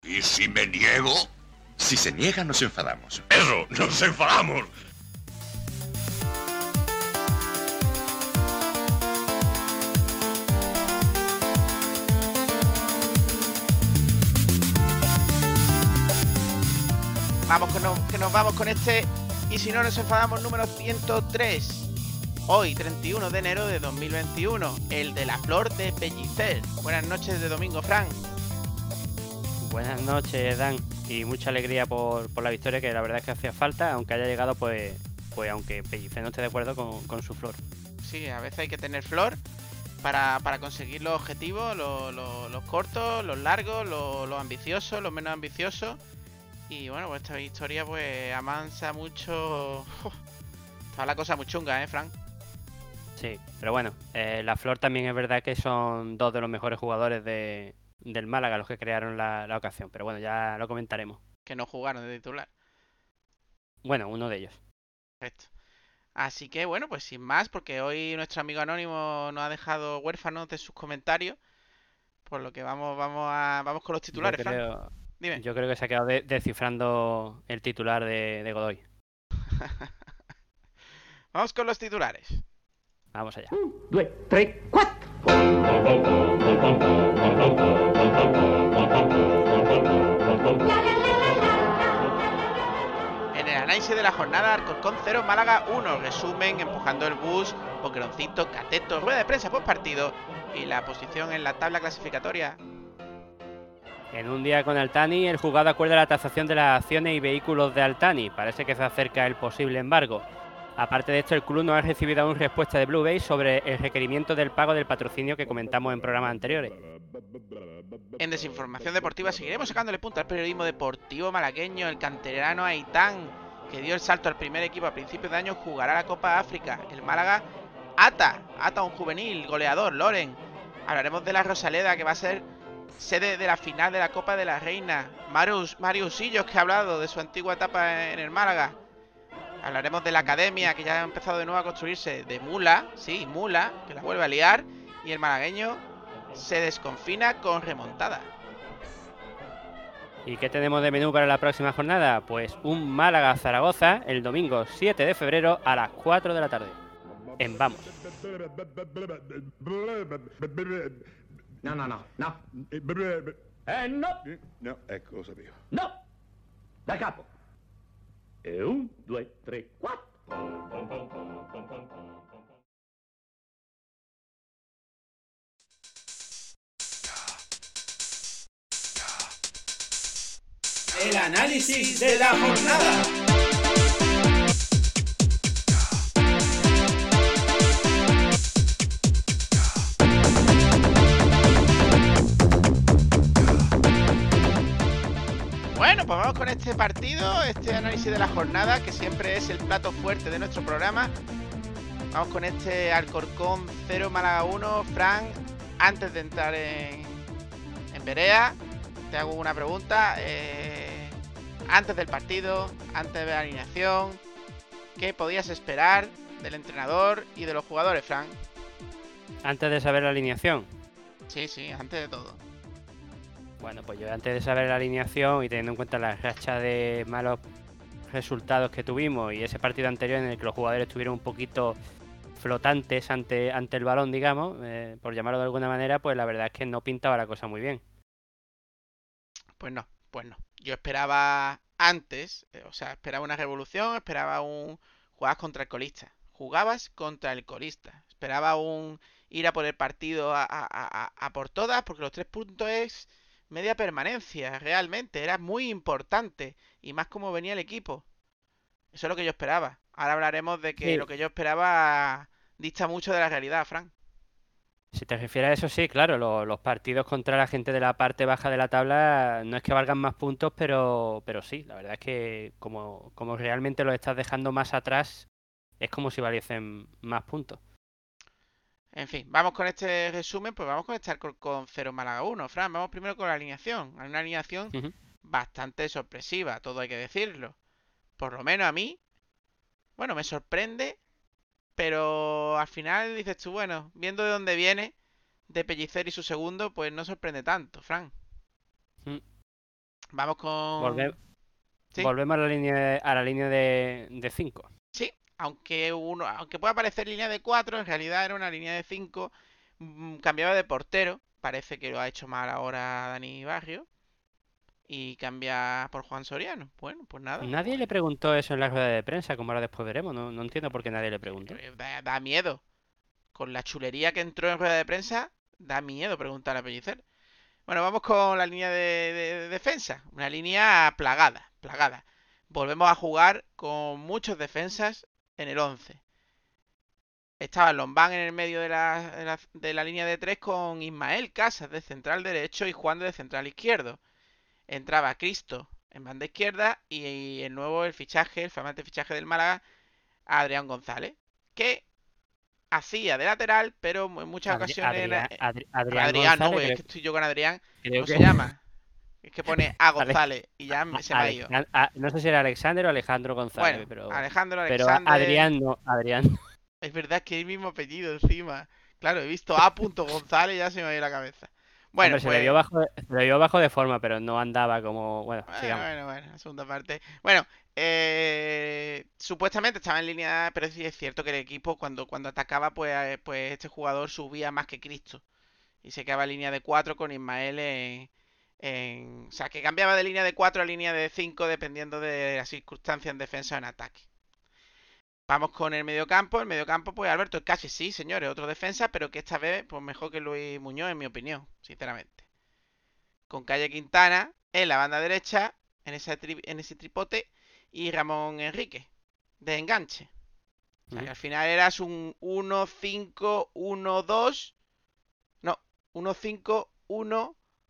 ¿Y si me niego? Si se niega, nos enfadamos. ¡Eso! ¡Nos enfadamos! Vamos que nos vamos con este. Y si no nos enfadamos, número 103. Hoy, 31 de enero de 2021. El de la flor de Pellicer. Buenas noches de domingo, Fran. Buenas noches, Dan. Y mucha alegría por la victoria, que la verdad es que hacía falta, aunque haya llegado, pues aunque Pellicer no esté de acuerdo con su flor. Sí, a veces hay que tener flor para conseguir los objetivos, los cortos, los largos, los ambiciosos, los menos ambiciosos. Y bueno, pues esta historia pues amansa mucho. Está la cosa muy chunga, Fran. Sí, pero bueno, la flor también es verdad que son dos de los mejores jugadores del Málaga los que crearon la ocasión. Pero bueno, ya lo comentaremos. Que no jugaron de titular. Bueno, uno de ellos. Perfecto. Así que bueno, pues sin más, porque hoy nuestro amigo Anónimo nos ha dejado huérfanos de sus comentarios. Por lo que vamos con los titulares, Fran. Dime. Yo creo que se ha quedado descifrando el titular de Godoy. Vamos con los titulares. Vamos allá. 1, 2, 3, 4. En el análisis de la jornada, Alcorcón 0, Málaga 1. Resumen, empujando el bus, Boqueroncito, Cateto, rueda de prensa post partido y la posición en la tabla clasificatoria. En un día con Altani, el juzgado acuerda la tasación de las acciones y vehículos de Altani. Parece que se acerca el posible embargo. Aparte de esto, el club no ha recibido aún respuesta de Blue Bay sobre el requerimiento del pago del patrocinio que comentamos en programas anteriores. En Desinformación Deportiva seguiremos sacándole punta al periodismo deportivo malagueño. El canterano Aitán, que dio el salto al primer equipo a principios de año, jugará la Copa África. El Málaga ata a un juvenil goleador, Loren. Hablaremos de la Rosaleda, que va a ser sede de la final de la Copa de la Reina. Marius Sillos, que ha hablado de su antigua etapa en el Málaga. Hablaremos de la academia, que ya ha empezado de nuevo a construirse. De Mula, sí, Mula, que la vuelve a liar. Y el malagueño se desconfina con remontada. ¿Y qué tenemos de menú para la próxima jornada? Pues un Málaga-Zaragoza el domingo 7 de febrero a las 4 de la tarde. En Vamos. No. No. No, ecco, lo sapevo. No. Da capo. 1, 2, 3, 4. El análisis de la jornada. Bueno, pues vamos con este partido, este análisis de la jornada, que siempre es el plato fuerte de nuestro programa. Vamos con este Alcorcón 0, Málaga 1. Fran, antes de entrar en Perea, te hago una pregunta. Antes del partido, antes de ver la alineación, ¿qué podías esperar del entrenador y de los jugadores, Fran? Antes de saber la alineación. Sí, antes de todo. Bueno, pues yo antes de saber la alineación y teniendo en cuenta la racha de malos resultados que tuvimos y ese partido anterior en el que los jugadores estuvieron un poquito flotantes ante el balón, digamos, por llamarlo de alguna manera, pues la verdad es que no pintaba la cosa muy bien. Pues no. Yo esperaba antes, esperaba una revolución, esperaba jugabas contra el colista. Jugabas contra el colista. Esperaba ir a por el partido a por todas, porque los 3 puntos es media permanencia, realmente. Era muy importante. Y más como venía el equipo. Eso es lo que yo esperaba. Ahora hablaremos de que lo que yo esperaba dista mucho de la realidad, Fran. Si te refieres a eso, sí, claro, los partidos contra la gente de la parte baja de la tabla no es que valgan más puntos, pero sí, la verdad es que como realmente los estás dejando más atrás, es como si valiesen más puntos. En fin, vamos con este resumen, pues vamos con este Alcorcón 0 Málaga 1. Fran, vamos primero con la alineación. Hay una alineación bastante sorpresiva, todo hay que decirlo. Por lo menos a mí, bueno, me sorprende, pero al final dices tú, bueno, viendo de dónde viene, de Pellicer y su segundo, pues no sorprende tanto, Fran. Vamos con... Volve- ¿Sí? Volvemos a la línea de 5. Sí, aunque pueda parecer línea de 4, en realidad era una línea de 5. Cambiaba de portero. Parece que lo ha hecho mal ahora Dani Barrio. Y cambia por Juan Soriano. Bueno, pues nada. Nadie le preguntó eso en la rueda de prensa, como ahora después veremos. No entiendo por qué nadie le preguntó. Da miedo. Con la chulería que entró en rueda de prensa, da miedo preguntar a Pellicer. Bueno, vamos con la línea de defensa. Una línea plagada. Volvemos a jugar con muchos defensas en el 11. Estaba Lombán en el medio de la línea de 3 con Ismael Casas de central derecho y Juan de central izquierdo. Entraba Cristo en banda izquierda y el flamante fichaje del Málaga, Adrián González, que hacía de lateral, pero en muchas ocasiones... Adrián, no, güey, es que estoy yo con Adrián. ¿Cómo se llama? Es que pone a González y ya se me ha ido. No sé si era Alexander o Alejandro González, Bueno, pero Alexander. Adrián no, Adrián. Es verdad que es el mismo apellido encima. Claro, he visto A. González y ya se me ha ido la cabeza. Bueno, Hombre, pues... se le vio bajo de forma, pero no andaba como... Bueno, sigamos. Bueno, la segunda parte. Bueno, supuestamente estaba en línea, pero sí es cierto que el equipo cuando atacaba, pues este jugador subía más que Cristo. Y se quedaba en línea de 4 con Ismael o sea, que cambiaba de línea de 4 a línea de 5 dependiendo de las circunstancias en defensa o en ataque. Vamos con el mediocampo. El mediocampo, pues Alberto Escasi, sí, señores, otro defensa, pero que esta vez, pues mejor que Luis Muñoz, en mi opinión, sinceramente. Con Calle Quintana en la banda derecha, en ese tripote, y Ramón Enrique, de enganche. O sea, que al final eras un 1-5-1-2. No, 1-5-1-2-3.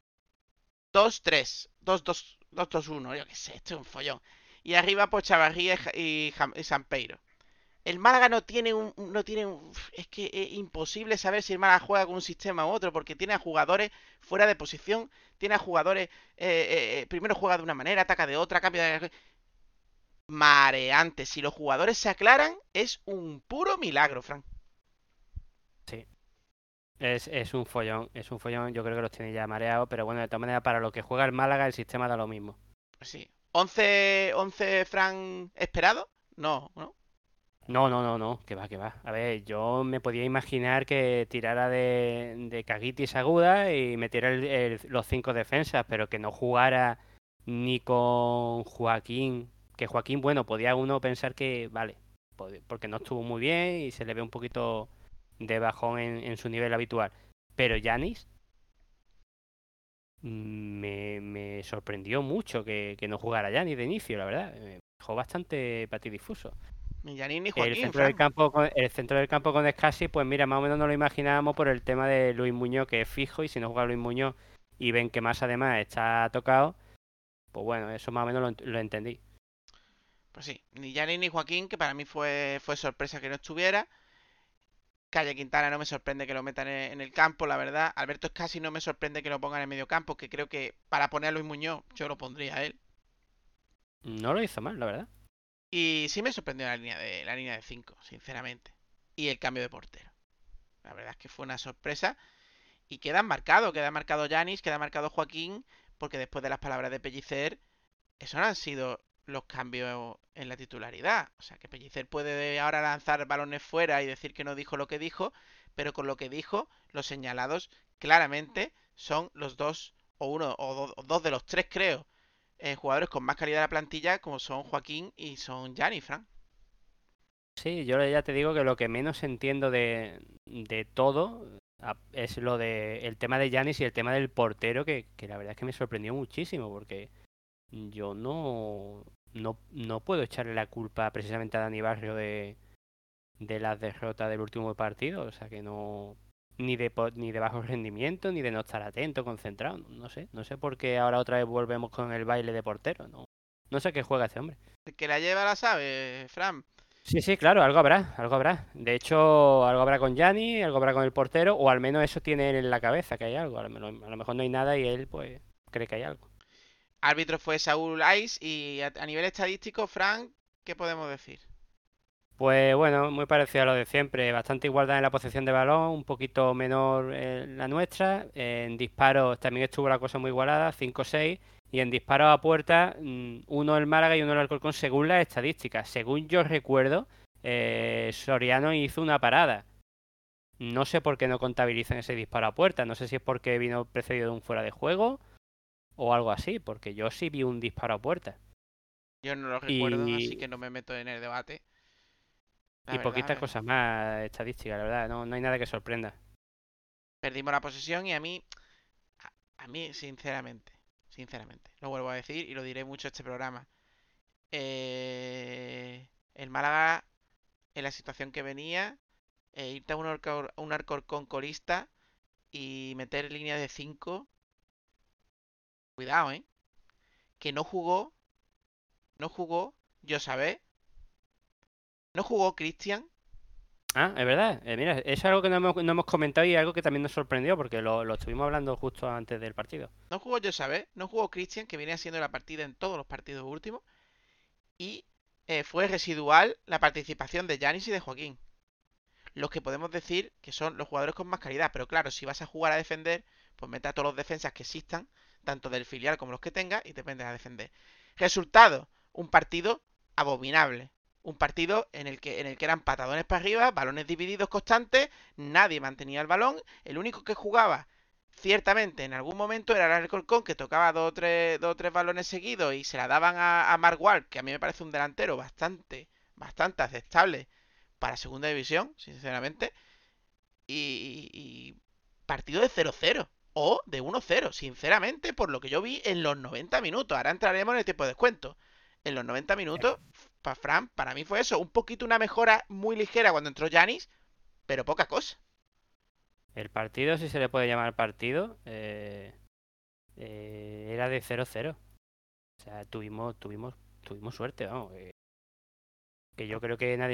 2-2-1, yo qué sé, esto es un follón. Y arriba, pues Chavarría y Sampeiro. El Málaga no tiene es que es imposible saber si el Málaga juega con un sistema u otro, porque tiene a jugadores fuera de posición, tiene a jugadores, primero juega de una manera, ataca de otra, cambia de... Mareante. Si los jugadores se aclaran, es un puro milagro, Fran. Sí. Es un follón, yo creo que los tiene ya mareados, pero bueno, de todas maneras, para lo que juega el Málaga, el sistema da lo mismo. Pues sí. ¿11 Fran esperado? No. No, que va. A ver, yo me podía imaginar que tirara de caguitis aguda y metiera los 5 defensas, pero que no jugara ni con Joaquín. Que Joaquín, bueno, podía uno pensar que, vale, porque no estuvo muy bien y se le ve un poquito de bajón en su nivel habitual. Pero Yanis me sorprendió mucho que no jugara Yanis de inicio, la verdad. Me dejó bastante patidifuso. Ni Yanis ni Joaquín, el centro del campo con Escasi, pues mira, más o menos no lo imaginábamos por el tema de Luis Muñoz, que es fijo, y si no juega Luis Muñoz y ven que más además está tocado, pues bueno, eso más o menos lo entendí. Pues sí, ni Yanis ni Joaquín, que para mí fue sorpresa que no estuviera. Calle Quintana no me sorprende que lo metan en el campo, la verdad. Alberto Escasi no me sorprende que lo pongan en el medio campo, que creo que para poner a Luis Muñoz yo lo pondría a él. No lo hizo mal, la verdad. Y sí me sorprendió la línea de 5, sinceramente. Y el cambio de portero. La verdad es que fue una sorpresa. Y queda marcado Yanis, queda marcado Joaquín, porque después de las palabras de Pellicer, esos no han sido los cambios en la titularidad. O sea, que Pellicer puede ahora lanzar balones fuera y decir que no dijo lo que dijo, pero con lo que dijo, los señalados claramente son los dos, o uno, o dos de los tres, creo, jugadores con más calidad de la plantilla, como son Joaquín y son Yanis, Fran. Sí, yo ya te digo que lo que menos entiendo de todo es lo de el tema de Yanis y el tema del portero, que la verdad es que me sorprendió muchísimo, porque yo no puedo echarle la culpa precisamente a Dani Barrio de las derrotas del último partido, o sea que no, ni de bajo rendimiento, ni de no estar atento, concentrado, no sé por qué ahora otra vez volvemos con el baile de portero, no sé qué juega este hombre. El que la lleva la sabe, Fran. Sí, claro, algo habrá. De hecho, algo habrá con Gianni, algo habrá con el portero, o al menos eso tiene él en la cabeza, que hay algo. A lo mejor no hay nada y él, pues, cree que hay algo. Árbitro fue Saúl Ais y a nivel estadístico, Fran, ¿qué podemos decir? Pues bueno, muy parecido a lo de siempre, bastante igualdad en la posesión de balón, un poquito menor la nuestra. En disparos también estuvo la cosa muy igualada, 5-6. Y en disparos a puerta, uno el Málaga y uno el Alcorcón según las estadísticas. Según yo recuerdo, Soriano hizo una parada. No sé por qué no contabilizan ese disparo a puerta, no sé si es porque vino precedido de un fuera de juego o algo así, porque yo sí vi un disparo a puerta. Yo no lo recuerdo, así Y, que no me meto en el debate. La y verdad, poquitas cosas más estadísticas, la verdad, no hay nada que sorprenda. perdimos la posesión y a mí, sinceramente, lo vuelvo a decir y lo diré mucho este programa. El Málaga, en la situación que venía, irte a un Alcorcón colista y meter línea de 5, cuidado, que no jugó, yo sabé, no jugó Cristian, Ah, es verdad. Mira, eso es algo que no hemos comentado y algo que también nos sorprendió porque lo estuvimos hablando justo antes del partido. no jugó yo sabé, no jugó Cristian, que viene haciendo la partida en todos los partidos últimos, y fue residual la participación de Yanis y de Joaquín. Los que podemos decir que son los jugadores con más calidad. Pero claro, si vas a jugar a defender, pues mete a todos los defensas que existan, tanto del filial como los que tengas, y te vendes a defender. Resultado, un partido abominable. Un partido en el que eran patadones para arriba, balones divididos constantes, nadie mantenía el balón, el único que jugaba ciertamente en algún momento era el Alcorcón, que tocaba dos o tres balones seguidos y se la daban a Mark Wall, que a mí me parece un delantero bastante aceptable para segunda división, sinceramente. Y partido de 0-0 o de 1-0, sinceramente, por lo que yo vi en los 90 minutos. Ahora entraremos en el tiempo de descuento. En los 90 minutos, para Fran, para mí fue eso, un poquito una mejora muy ligera cuando entró Yanis, pero poca cosa. El partido, si se le puede llamar partido, era de 0-0. O sea, tuvimos suerte, vamos. Que yo creo que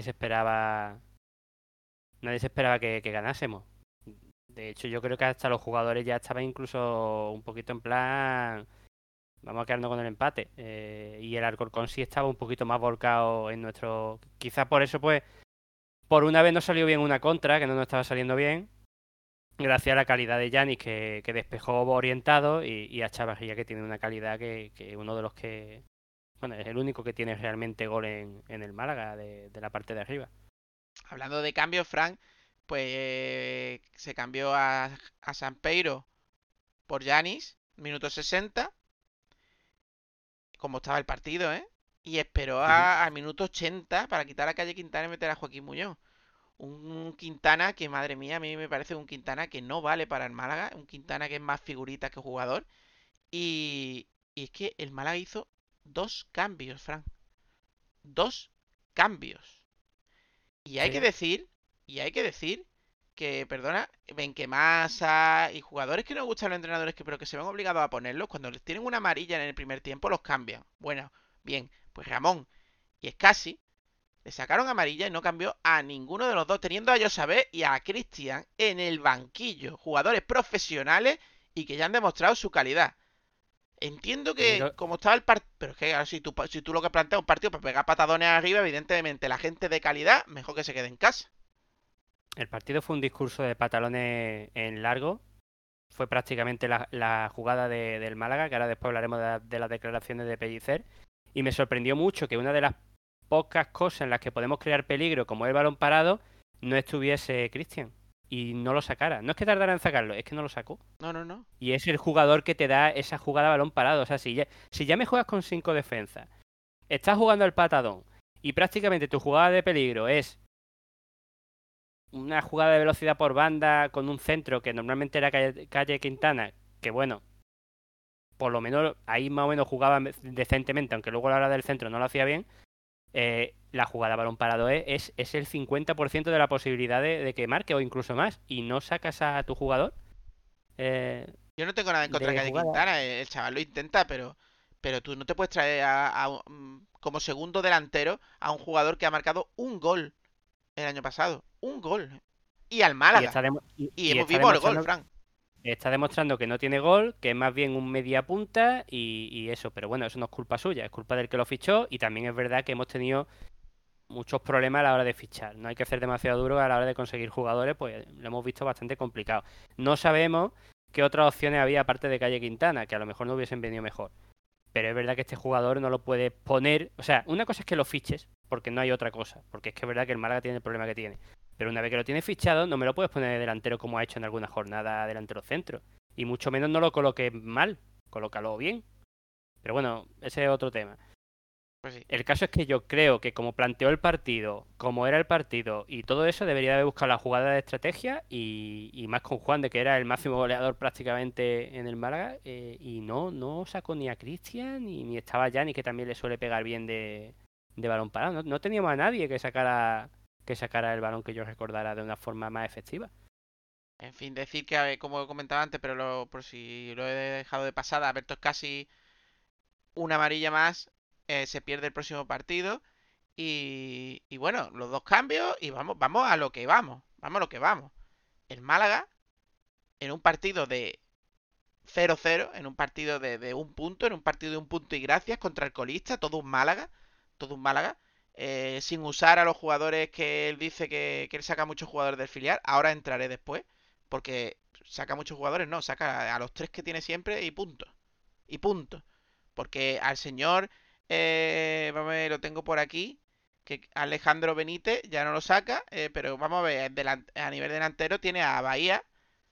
nadie se esperaba que ganásemos. De hecho, yo creo que hasta los jugadores ya estaban incluso un poquito en plan, vamos a quedarnos con el empate. Y el Alcorcón sí estaba un poquito más volcado en nuestro... Quizás por eso, pues, por una vez no salió bien una contra, que no nos estaba saliendo bien. Gracias a la calidad de Yanis, que despejó orientado, y a Chavarría, que tiene una calidad que uno de los que... Bueno, es el único que tiene realmente gol en el Málaga, de la parte de arriba. Hablando de cambios, Fran, pues se cambió a Sampeiro por Yanis, minuto 60, como estaba el partido, ¿eh? Y esperó al minuto 80 para quitar a Calle Quintana y meter a Joaquín Muñoz. Un Quintana que, madre mía, a mí me parece un Quintana que no vale para el Málaga. Un Quintana que es más figurita que jugador. Y es que el Málaga hizo dos cambios, Fran. Dos cambios. Y hay Sí. que decir, y hay que decir que, perdona, Benquemasa y jugadores que no gustan a los entrenadores, pero que se ven obligados a ponerlos, cuando les tienen una amarilla en el primer tiempo, los cambian. Bueno, bien, pues Ramón y Escasi le sacaron amarilla y no cambió a ninguno de los dos, teniendo a Josabé y a Cristian en el banquillo, jugadores profesionales y que ya han demostrado su calidad. Entiendo que Pero como estaba el partido, pero es que ahora si tú lo que planteas un partido para pegar patadones arriba, evidentemente la gente de calidad, mejor que se quede en casa. el partido fue un discurso de pantalones en largo. Fue prácticamente la jugada del Málaga, que ahora después hablaremos de las declaraciones de Pellicer. Y me sorprendió mucho que una de las pocas cosas en las que podemos crear peligro, como el balón parado, no estuviese Cristian. Y no lo sacara. No es que tardara en sacarlo, es que no lo sacó. No, no, no. Y es el jugador que te da esa jugada a balón parado. O sea, si ya me juegas con 5 defensas, estás jugando al patadón y prácticamente tu jugada de peligro es una jugada de velocidad por banda con un centro que normalmente era Calle Quintana, que bueno, por lo menos ahí más o menos jugaba decentemente, aunque luego a la hora del centro no lo hacía bien. La jugada a balón parado es el 50% de la posibilidad de que marque o incluso más, y no sacas a tu jugador Yo no tengo nada en contra de de Calle jugada. Quintana, el chaval lo intenta, pero tú no te puedes traer como segundo delantero a un jugador que ha marcado un gol el año pasado. Un gol. Y al Y Málaga. está, demo- y- Y y hemos está vimos el gol, demostrando Fran. Está demostrando que no tiene gol, que es más bien un media punta y eso. Pero bueno, eso no es culpa suya, es culpa del que lo fichó. Y también es verdad que hemos tenido muchos problemas a la hora de fichar. No hay que ser demasiado duro a la hora de conseguir jugadores, pues lo hemos visto bastante complicado. No sabemos qué otras opciones había aparte de Calle Quintana, que a lo mejor no hubiesen venido mejor. Pero es verdad que este jugador no lo puede poner... O sea, una cosa es que lo fiches, porque no hay otra cosa. Porque es que es verdad que el Málaga tiene el problema que tiene. Pero una vez que lo tienes fichado, no me lo puedes poner de delantero como ha hecho en alguna jornada delantero centro. Y mucho menos no lo coloques mal, colócalo bien. Pero bueno, ese es otro tema. Pues sí. El caso es que yo creo que como planteó el partido, como era el partido y todo eso, debería haber buscado la jugada de estrategia y más con Juan, de que era el máximo goleador prácticamente en el Málaga, y no sacó ni a Cristian, ni estaba Gianni, que también le suele pegar bien de balón parado. No teníamos a nadie que sacara el balón que yo recordara de una forma más efectiva. En fin, decir que, como he comentado antes, pero por si lo he dejado de pasada, Alberto es casi una amarilla más, se pierde el próximo partido. Y bueno, los 2 cambios y vamos a lo que vamos. Vamos a lo que vamos. El Málaga, en un partido de 0-0, en un partido de un punto, en un partido de un punto y gracias contra el colista, todo un Málaga, sin usar a los jugadores que él dice que él saca muchos jugadores del filial. Ahora entraré después, porque saca muchos jugadores, no, saca a los 3 que tiene siempre y punto. Y punto. Porque al señor, vamos a ver, lo tengo por aquí, que Alejandro Benítez ya no lo saca, pero vamos a ver, a nivel delantero tiene a Bahía,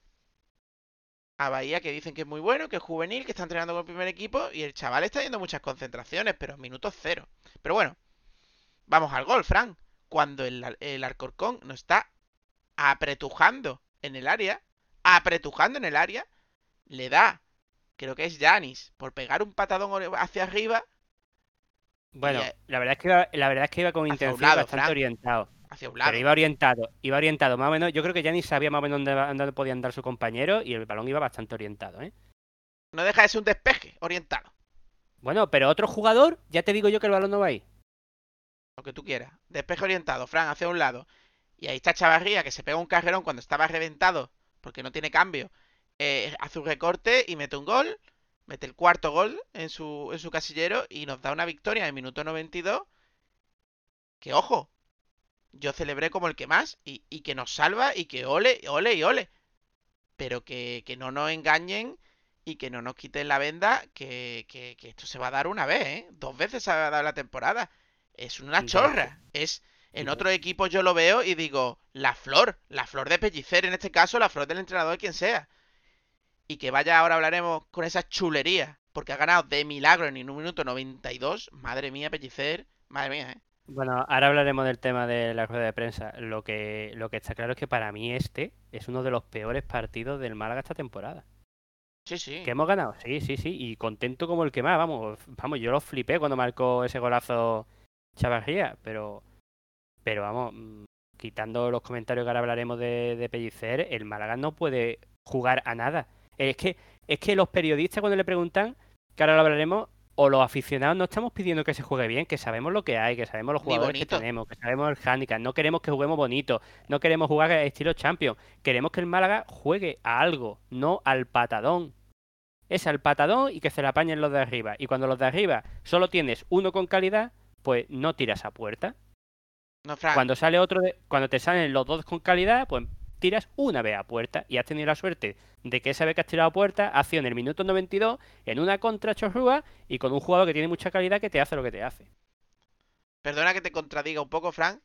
que dicen que es muy bueno, que es juvenil, que está entrenando con el primer equipo, y el chaval está yendo muchas concentraciones, pero minutos 0. Pero bueno, vamos al gol, Fran. Cuando el Alcorcón nos está apretujando en el área, le da, creo que es Yanis, por pegar un patadón hacia arriba. Bueno, y, la verdad es que iba con hacia un intención lado, bastante Fran. orientado. Hacia un lado. Pero iba orientado más o menos. Yo creo que ya ni sabía más o menos dónde podía andar su compañero y el balón iba bastante orientado, ¿eh? No deja de ser un despeje orientado. Bueno, pero otro jugador, ya te digo yo que el balón no va ahí. Lo que tú quieras. Despeje orientado, Fran, hacia un lado. Y ahí está Chavarría, que se pega un carrerón cuando estaba reventado, porque no tiene cambio. Hace un recorte y mete un gol. Mete el 4º gol en su casillero y nos da una victoria en el minuto 92. Que ojo, yo celebré como el que más y que nos salva y que ole, ole y ole. Pero que no nos engañen y que no nos quiten la venda, que esto se va a dar una vez, ¿eh? 2 veces se va a dar la temporada. Es una chorra. En otros equipos yo lo veo y digo, la flor de Pellicer, en este caso, la flor del entrenador, quien sea. Y que vaya, ahora hablaremos con esa chulería, porque ha ganado de milagro en un minuto 92. Madre mía, Pellicer, madre mía, ¿eh? Bueno, ahora hablaremos del tema de la rueda de prensa. Lo que está claro es que para mí este es uno de los peores partidos del Málaga esta temporada. Sí. Que hemos ganado, sí, y contento como el que más, vamos, yo lo flipé cuando marcó ese golazo Chavarría, pero vamos, quitando los comentarios que ahora hablaremos de Pellicer, el Málaga no puede jugar a nada. Es que los periodistas cuando le preguntan, que ahora lo hablaremos, o los aficionados, no estamos pidiendo que se juegue bien, que sabemos lo que hay, que sabemos los jugadores que tenemos, que sabemos el handicap, no queremos que juguemos bonito, no queremos jugar estilo Champions, queremos que el Málaga juegue a algo, no al patadón. Es al patadón y que se la apañen los de arriba. Y cuando los de arriba solo tienes uno con calidad, pues no tiras a puerta. No, Fran. Cuando te salen los 2 con calidad, pues tiras una vez a puerta y has tenido la suerte de que esa vez que has tirado a puerta ha sido en el minuto 92 en una contra chorrúa y con un jugador que tiene mucha calidad que te hace lo que te hace. Perdona que te contradiga un poco, Fran.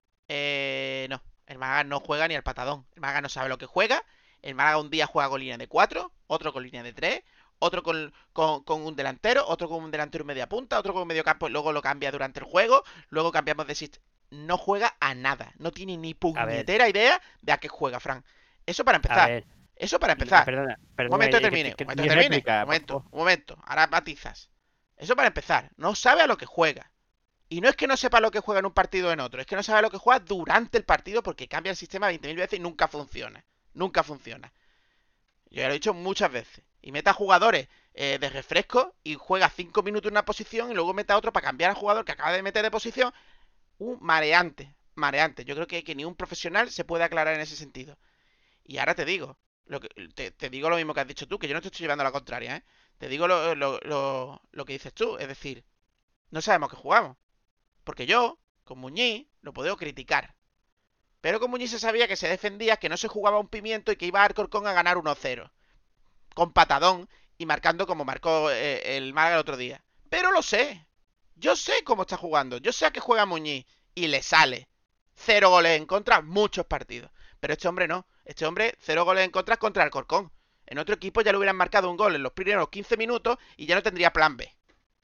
No, el Málaga no juega ni al patadón. El Málaga no sabe lo que juega. El Málaga un día juega con línea de 4, otro con línea de 3, otro con un delantero, otro con un delantero y media punta, otro con medio campo, luego lo cambia durante el juego, luego cambiamos de sistema. No juega a nada, no tiene ni puñetera idea de a qué juega, Fran. Eso para empezar. Eso para empezar. Perdona, un momento termine. Un momento. Ahora matizas. Eso para empezar. No sabe a lo que juega. Y no es que no sepa lo que juega en un partido o en otro. Es que no sabe lo que juega durante el partido porque cambia el sistema 20.000 veces y nunca funciona. Nunca funciona. Yo ya lo he dicho muchas veces. Y meta jugadores de refresco y juega 5 minutos en una posición y luego meta otro para cambiar al jugador que acaba de meter de posición. Mareante. Yo creo que ni un profesional se puede aclarar en ese sentido. Y ahora te digo, te digo lo mismo que has dicho tú, que yo no te estoy llevando a la contraria, ¿eh? Te digo lo que dices tú, es decir, no sabemos qué jugamos. Porque yo Con Muñiz lo puedo criticar. Pero con Muñiz se sabía que se defendía, que no se jugaba un pimiento y que iba a Alcorcón a ganar 1-0. Con patadón y marcando como marcó el Málaga el otro día. Pero lo sé. Yo sé cómo está jugando. Yo sé a qué juega Muñiz. Y le sale. 0 goles en contra, muchos partidos. Pero este hombre no. Este hombre, 0 goles en contra Alcorcón. En otro equipo ya le hubieran marcado un gol en los primeros 15 minutos y ya no tendría plan B.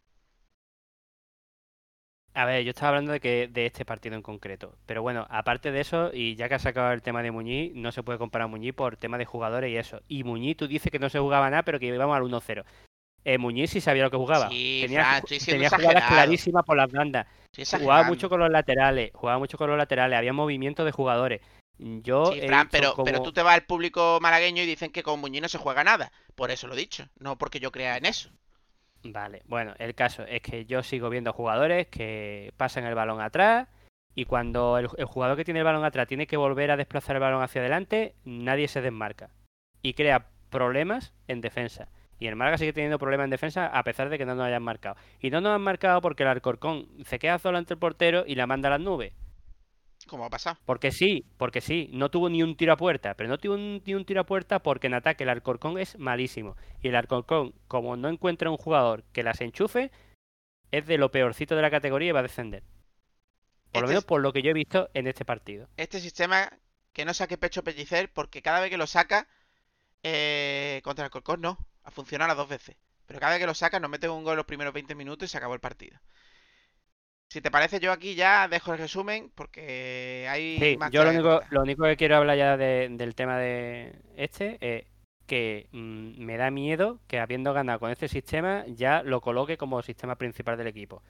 A ver, yo estaba hablando de este partido en concreto. Pero bueno, aparte de eso, y ya que has sacado el tema de Muñiz, no se puede comparar a Muñiz por tema de jugadores y eso. Y Muñiz, tú dices que no se jugaba nada, pero que íbamos al 1-0. Muñiz sí sabía lo que jugaba. Sí, Tenía, Fran, estoy siendo tenía jugadas exagerado. clarísimas por las bandas. Jugaba mucho con los laterales. Había movimientos de jugadores. Yo Sí, he Fran, dicho pero tú te vas al público malagueño y dicen que con Muñiz no se juega nada. Por eso lo he dicho, no porque yo crea en eso. Vale, bueno, el caso es que yo sigo viendo jugadores que pasan el balón atrás y cuando el jugador que tiene el balón atrás tiene que volver a desplazar el balón hacia adelante, nadie se desmarca y crea problemas en defensa. Y el Málaga sigue teniendo problemas en defensa a pesar de que no nos hayan marcado. Y no nos han marcado porque el Alcorcón se queda solo ante el portero y la manda a las nubes. ¿Cómo ha pasado? Porque sí, no tuvo ni un tiro a puerta, pero no tuvo ni un tiro a puerta porque en ataque el Alcorcón es malísimo. Y el Alcorcón, como no encuentra un jugador que las enchufe, es de lo peorcito de la categoría y va a descender. Por lo menos por lo que yo he visto en este partido. Este sistema que no saque pecho pellicer porque cada vez que lo saca contra el Alcorcón no, ha funcionado las 2 veces. Pero cada vez que lo saca nos meten un gol en los primeros 20 minutos y se acabó el partido. Si te parece, yo aquí ya dejo el resumen porque hay Sí, más yo que lo único que quiero hablar ya del tema de este es que me da miedo que habiendo ganado con este sistema ya lo coloque como sistema principal del equipo.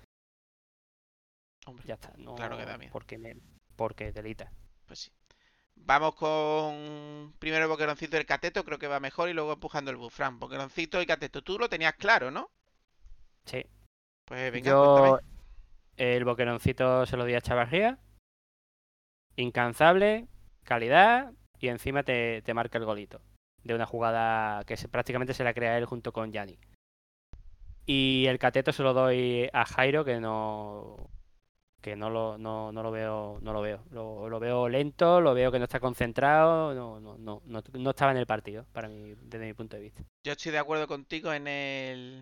Hombre, ya está, no, claro que da miedo. Porque delita. Pues sí. Vamos con primero el boqueroncito y el cateto, creo que va mejor, y luego empujando el bufrán. Boqueroncito y cateto, tú lo tenías claro, ¿no? Sí. Pues venga, cuéntame. El boqueroncito se lo di a Chavarría. Incansable, calidad y encima te marca el golito. De una jugada que prácticamente se la crea él junto con Yanni. Y el cateto se lo doy a Jairo, que no lo veo. Lo veo lento, lo veo que no está concentrado, no estaba en el partido, desde mi punto de vista. Yo estoy de acuerdo contigo en el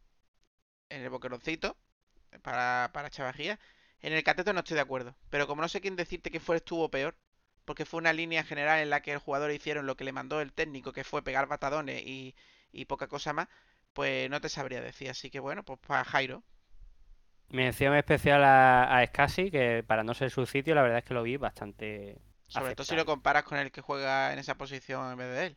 boqueroncito para Chavarría. En el cateto no estoy de acuerdo, pero como no sé quién decirte que estuvo peor, porque fue una línea general en la que el jugador hicieron lo que le mandó el técnico, que fue pegar batadones y poca cosa más, pues no te sabría decir. Así que bueno, pues para Jairo. Mención especial a Scassi, que para no ser su sitio, la verdad es que lo vi bastante Sobre todo si lo comparas con el que juega en esa posición en vez de él.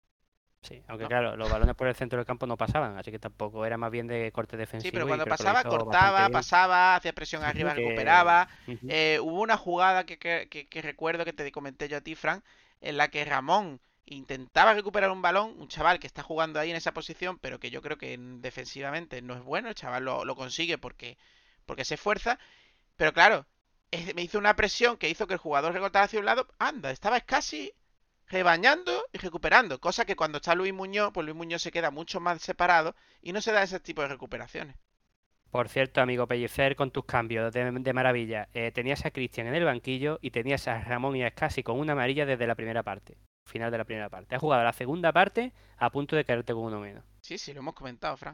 Sí, aunque claro, los balones por el centro del campo no pasaban, así que tampoco era más bien de corte defensivo. Sí, pero cuando pasaba, cortaba, pasaba, hacía presión arriba, recuperaba. Hubo una jugada que recuerdo que te comenté yo a ti, Fran, en la que Ramón intentaba recuperar un balón, un chaval que está jugando ahí en esa posición, pero que yo creo que defensivamente no es bueno, el chaval lo consigue porque se esfuerza, pero claro, me hizo una presión que hizo que el jugador recortara hacia un lado, anda, estaba casi rebañando y recuperando, cosa que cuando está Luis Muñoz, pues Luis Muñoz se queda mucho más separado y no se da ese tipo de recuperaciones. Por cierto, amigo Pellicer, con tus cambios de maravilla, tenías a Cristian en el banquillo y tenías a Ramón y a Scassi con una amarilla desde la primera parte, final de la primera parte. Has jugado la segunda parte a punto de caerte con uno menos. Sí, lo hemos comentado, Fran.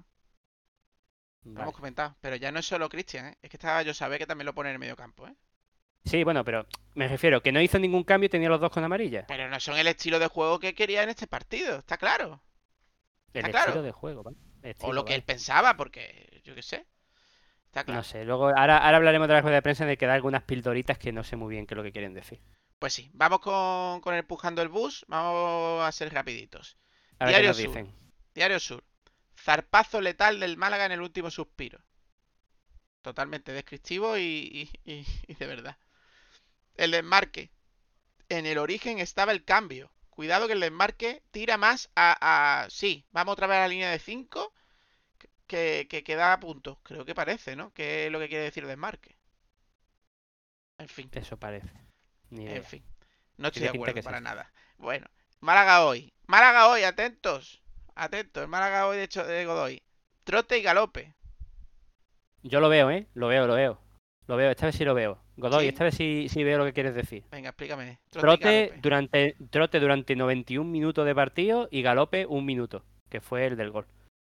Vale. Lo hemos comentado, pero ya no es solo Cristian, es que estaba yo sabe que también lo pone en el medio campo, Sí, bueno, pero me refiero que no hizo ningún cambio y tenía los dos con amarilla. Pero no son el estilo de juego que quería en este partido, está claro. El estilo de juego, ¿vale? O lo que él pensaba, porque yo qué sé. Está claro. No sé, luego ahora hablaremos de la rueda de prensa de que da algunas pildoritas que no sé muy bien qué es lo que quieren decir. Pues sí, vamos con el empujando el bus, vamos a ser rapiditos. A ver qué nos dicen. Diario Sur. Zarpazo letal del Málaga en el último suspiro. Totalmente descriptivo y de verdad. El desmarque. En el origen estaba el cambio. Cuidado que el desmarque tira más sí, vamos otra vez a la línea de 5 que da a puntos. Creo que parece, ¿no? Que es lo que quiere decir el desmarque. En fin. Eso parece. Ni idea. En fin. No estoy de acuerdo para nada. Bueno, Málaga hoy. Málaga hoy, atentos. Atentos. El Málaga hoy de Godoy. Trote y galope. Yo lo veo, ¿eh? Lo veo. Lo veo, esta vez sí lo veo. Godoy, Sí. esta vez sí veo lo que quieres decir. Venga, explícame. Trote Galope. durante 91 minutos de partido y galope 1 minuto, que fue el del gol.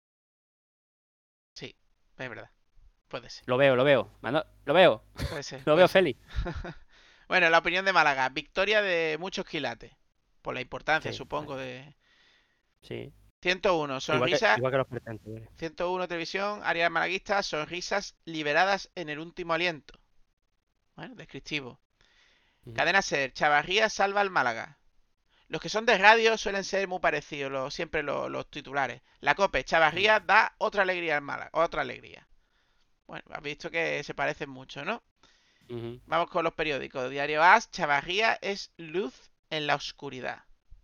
Sí, es verdad. Puede ser. Lo veo. lo veo, Puede ser. lo puede veo, ser. Félix. Bueno, la opinión de Málaga. Victoria de muchos quilates. Por la importancia, Sí, supongo, de... sí. 101, sonrisa. Igual que los pretendentes. 101 televisión, área malaguista, sonrisas liberadas en el último aliento. Bueno, descriptivo. Cadena Ser, Chavarría salva al Málaga. Los que son de radio suelen ser muy parecidos, siempre los titulares. La COPE, Chavarría da otra alegría al Málaga, otra alegría. Bueno, has visto que se parecen mucho, ¿no? Vamos con los periódicos. Diario AS, Chavarría es luz en la oscuridad.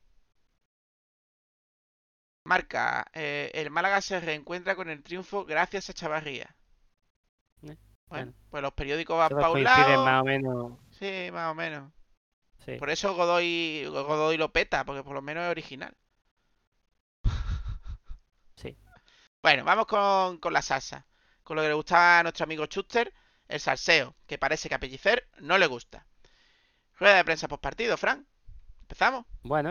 Marca, el Málaga se reencuentra con el triunfo gracias a Chavarría. Bueno, pues los periódicos van para un lado. Más o menos. Sí, más o menos. Sí. Por eso Godoy lo peta, porque por lo menos es original. Sí. Bueno, vamos con la salsa. Con lo que le gustaba a nuestro amigo Schuster, el salseo, que parece que a Pellicer no le gusta. Rueda de prensa post partido, Fran. ¿Empezamos? Bueno,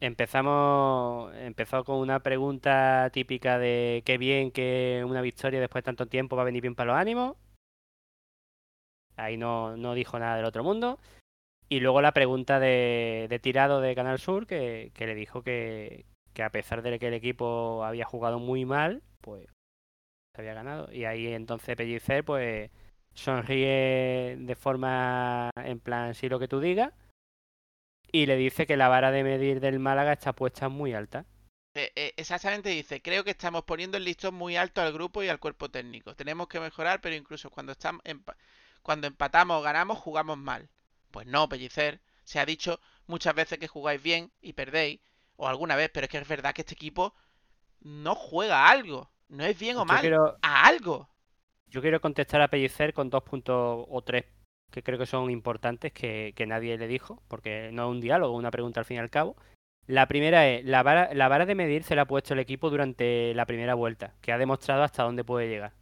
empezó con una pregunta típica de qué bien que una victoria después de tanto tiempo va a venir bien para los ánimos. Ahí no dijo nada del otro mundo. Y luego la pregunta de Tirado de Canal Sur, que le dijo que a pesar de que el equipo había jugado muy mal, pues se había ganado. Y ahí entonces Pellicer pues sonríe de forma en plan sí lo que tú digas. Y le dice que la vara de medir del Málaga está puesta muy alta. Exactamente dice, creo que estamos poniendo el listón muy alto al grupo y al cuerpo técnico. Tenemos que mejorar, pero incluso cuando empatamos o ganamos, jugamos mal. Pues no, Pellicer. Se ha dicho muchas veces que jugáis bien y perdéis, o alguna vez, pero es que es verdad que este equipo no juega a algo. No es bien o mal, a algo. Yo quiero contestar a Pellicer con 2 puntos o 3 que creo que son importantes que nadie le dijo, porque no es un diálogo, una pregunta al fin y al cabo. La primera es, la vara de medir se la ha puesto el equipo durante la primera vuelta, que ha demostrado hasta dónde puede llegar.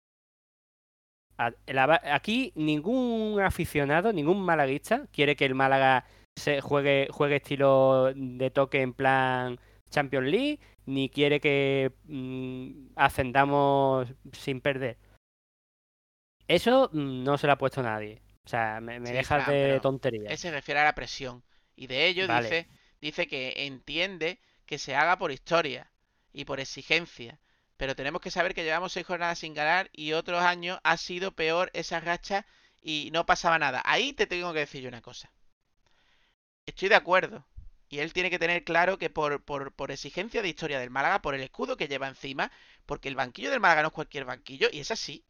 Aquí ningún aficionado, ningún malaguista quiere que el Málaga juegue estilo de toque en plan Champions League, ni quiere que ascendamos sin perder. Eso no se lo ha puesto nadie. O sea, me dejas de tonterías. Él se refiere a la presión. Y de ello vale. dice que entiende que se haga por historia y por exigencia. Pero tenemos que saber que llevamos 6 jornadas sin ganar y otros años ha sido peor esa racha y no pasaba nada. Ahí te tengo que decir yo una cosa. Estoy de acuerdo. Y él tiene que tener claro que por exigencia de historia del Málaga, por el escudo que lleva encima, porque el banquillo del Málaga no es cualquier banquillo, y es así,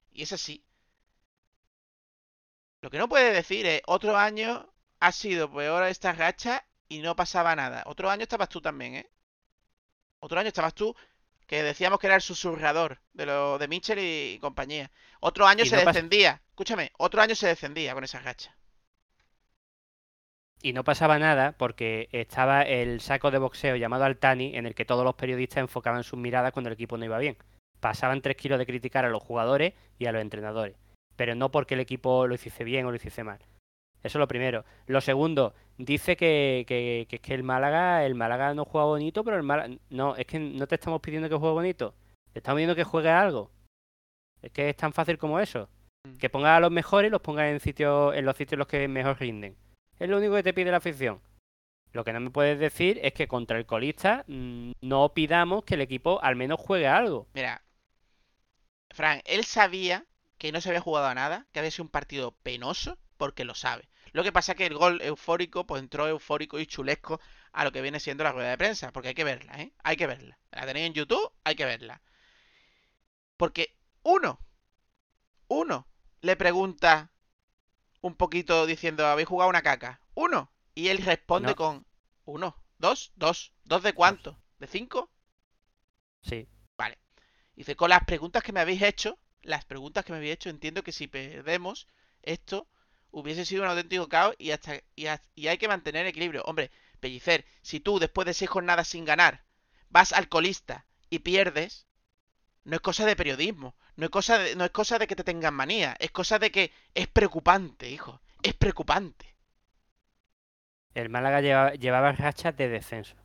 Lo que no puede decir es, otro año ha sido peor esta racha y no pasaba nada. Otro año estabas tú también, ¿eh? Otro año estabas tú, que decíamos que era el susurrador de Mitchell y compañía. Otro año se descendía. Escúchame, otro año se descendía con esa racha. Y no pasaba nada porque estaba el saco de boxeo llamado Altani, en el que todos los periodistas enfocaban sus miradas cuando el equipo no iba bien. Pasaban 3 kilos de criticar a los jugadores y a los entrenadores. Pero no porque el equipo lo hiciese bien o lo hiciese mal. Eso es lo primero. Lo segundo, dice que es que el Málaga no juega bonito, pero el Málaga... No, es que no te estamos pidiendo que juegue bonito. Te estamos pidiendo que juegue algo. Es que es tan fácil como eso. Que pongas a los mejores y los pongas en los sitios en los que mejor rinden. Es lo único que te pide la afición. Lo que no me puedes decir es que contra el colista no pidamos que el equipo al menos juegue algo. Mira, Fran, él sabía que no se había jugado a nada, que había sido un partido penoso, porque lo sabe. Lo que pasa es que el gol eufórico, pues entró eufórico y chulesco a lo que viene siendo la rueda de prensa, porque hay que verla, ¿eh? Hay que verla. La tenéis en YouTube, hay que verla. Porque uno le pregunta un poquito diciendo, ¿habéis jugado una caca? Uno. Y él responde con 1, 2, 2. ¿2 de cuánto? ¿De 5? Sí. Vale. Dice, con las preguntas que me habéis hecho, entiendo que si perdemos esto, hubiese sido un auténtico caos y hay que mantener equilibrio. Hombre, Pellicer, si tú después de 6 jornadas sin ganar vas al colista y pierdes, No es cosa de periodismo. No es cosa de que te tengan manía. Es cosa de que es preocupante, hijo. Es preocupante. El Málaga llevaba rachas de descenso.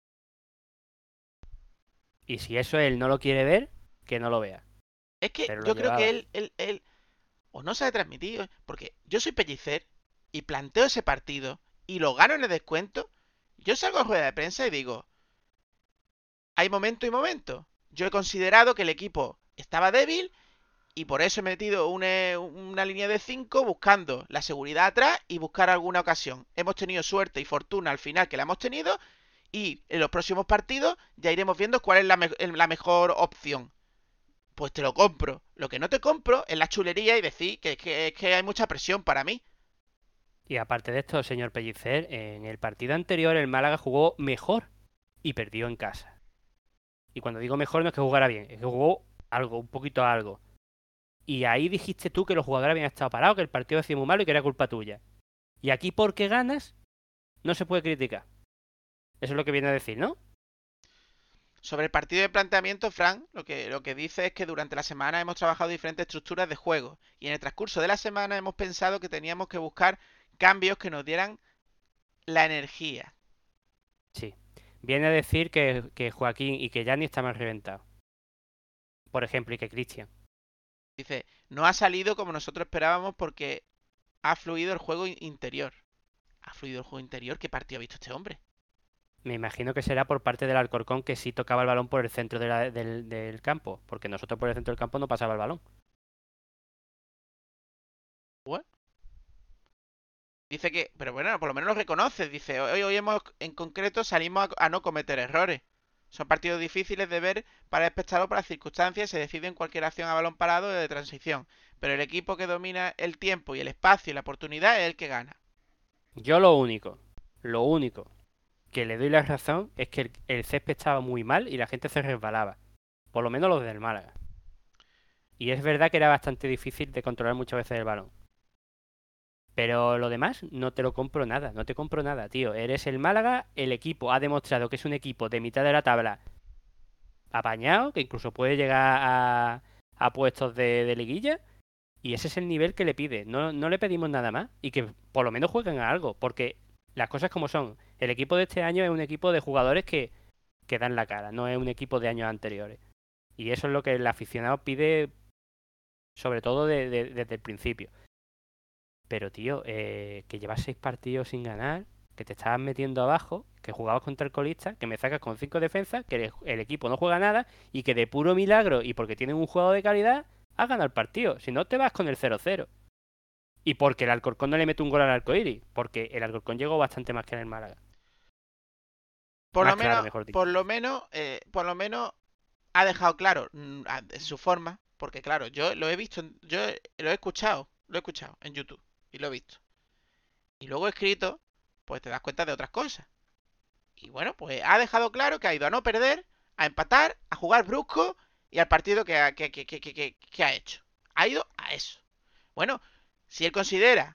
Y si eso él no lo quiere ver, que no lo vea. Es que Pero lo yo creo llevaba. que él o no sabe transmitir, porque yo soy Pellicer y planteo ese partido y lo gano en el descuento. Yo salgo a rueda de prensa y digo, hay momento y momento. Yo he considerado que el equipo estaba débil y por eso he metido una línea de 5 buscando la seguridad atrás y buscar alguna ocasión. Hemos tenido suerte y fortuna al final que la hemos tenido y en los próximos partidos ya iremos viendo cuál es la mejor opción. Pues te lo compro. Lo que no te compro es la chulería y decir que hay mucha presión para mí. Y aparte de esto, señor Pellicer, en el partido anterior el Málaga jugó mejor y perdió en casa. Y cuando digo mejor no es que jugara bien, es que jugó algo, un poquito algo. Y ahí dijiste tú que los jugadores habían estado parados, que el partido hacía muy malo y que era culpa tuya. Y aquí porque ganas, no se puede criticar. Eso es lo que viene a decir, ¿no? Sobre el partido de planteamiento, Fran, lo que dice es que durante la semana hemos trabajado diferentes estructuras de juego y en el transcurso de la semana hemos pensado que teníamos que buscar cambios que nos dieran la energía. Sí. Viene a decir que Joaquín y que Yanni estaban reventados. Por ejemplo, y que Cristian. Dice, no ha salido como nosotros esperábamos porque ha fluido el juego interior. ¿Ha fluido el juego interior? ¿Qué partido ha visto este hombre? Me imagino que será por parte del Alcorcón que sí tocaba el balón por el centro del campo, porque nosotros por el centro del campo no pasaba el balón. Bueno. Dice que, pero bueno, por lo menos lo reconoce. Dice, hoy en concreto salimos a no cometer errores. Son partidos difíciles de ver para el espectador por las circunstancias, se decide en cualquier acción a balón parado o de transición. Pero el equipo que domina el tiempo y el espacio y la oportunidad es el que gana. Yo lo único que le doy la razón es que el césped estaba muy mal y la gente se resbalaba. Por lo menos los del Málaga. Y es verdad que era bastante difícil de controlar muchas veces el balón. Pero lo demás no te lo compro nada, no te compro nada, tío. Eres el Málaga, el equipo ha demostrado que es un equipo de mitad de la tabla apañado, que incluso puede llegar a puestos de liguilla. Y ese es el nivel que le pide. No le pedimos nada más. Y que por lo menos jueguen a algo. Porque las cosas como son. El equipo de este año es un equipo de jugadores que dan la cara. No es un equipo de años anteriores. Y eso es lo que el aficionado pide. Sobre todo desde el principio. Pero tío, que llevas 6 partidos sin ganar. Que te estabas metiendo abajo. Que jugabas contra el colista. Que me sacas con 5 defensas. Que el equipo no juega nada. Y que de puro milagro y porque tienen un juego de calidad has ganado el partido. Si no, te vas con el 0-0. Y porque el Alcorcón no le mete un gol al Arcoíris. Porque el Alcorcón llegó bastante más que en el Málaga. Por Más lo claro, menos, mejor dicho. por lo menos ha dejado claro su forma. Porque claro, yo lo he visto, yo lo he escuchado en YouTube y lo he visto. Y luego escrito, pues te das cuenta de otras cosas. Y bueno, pues ha dejado claro que ha ido a no perder, a empatar, a jugar brusco y al partido que ha hecho. Ha ido a eso. Bueno, si él considera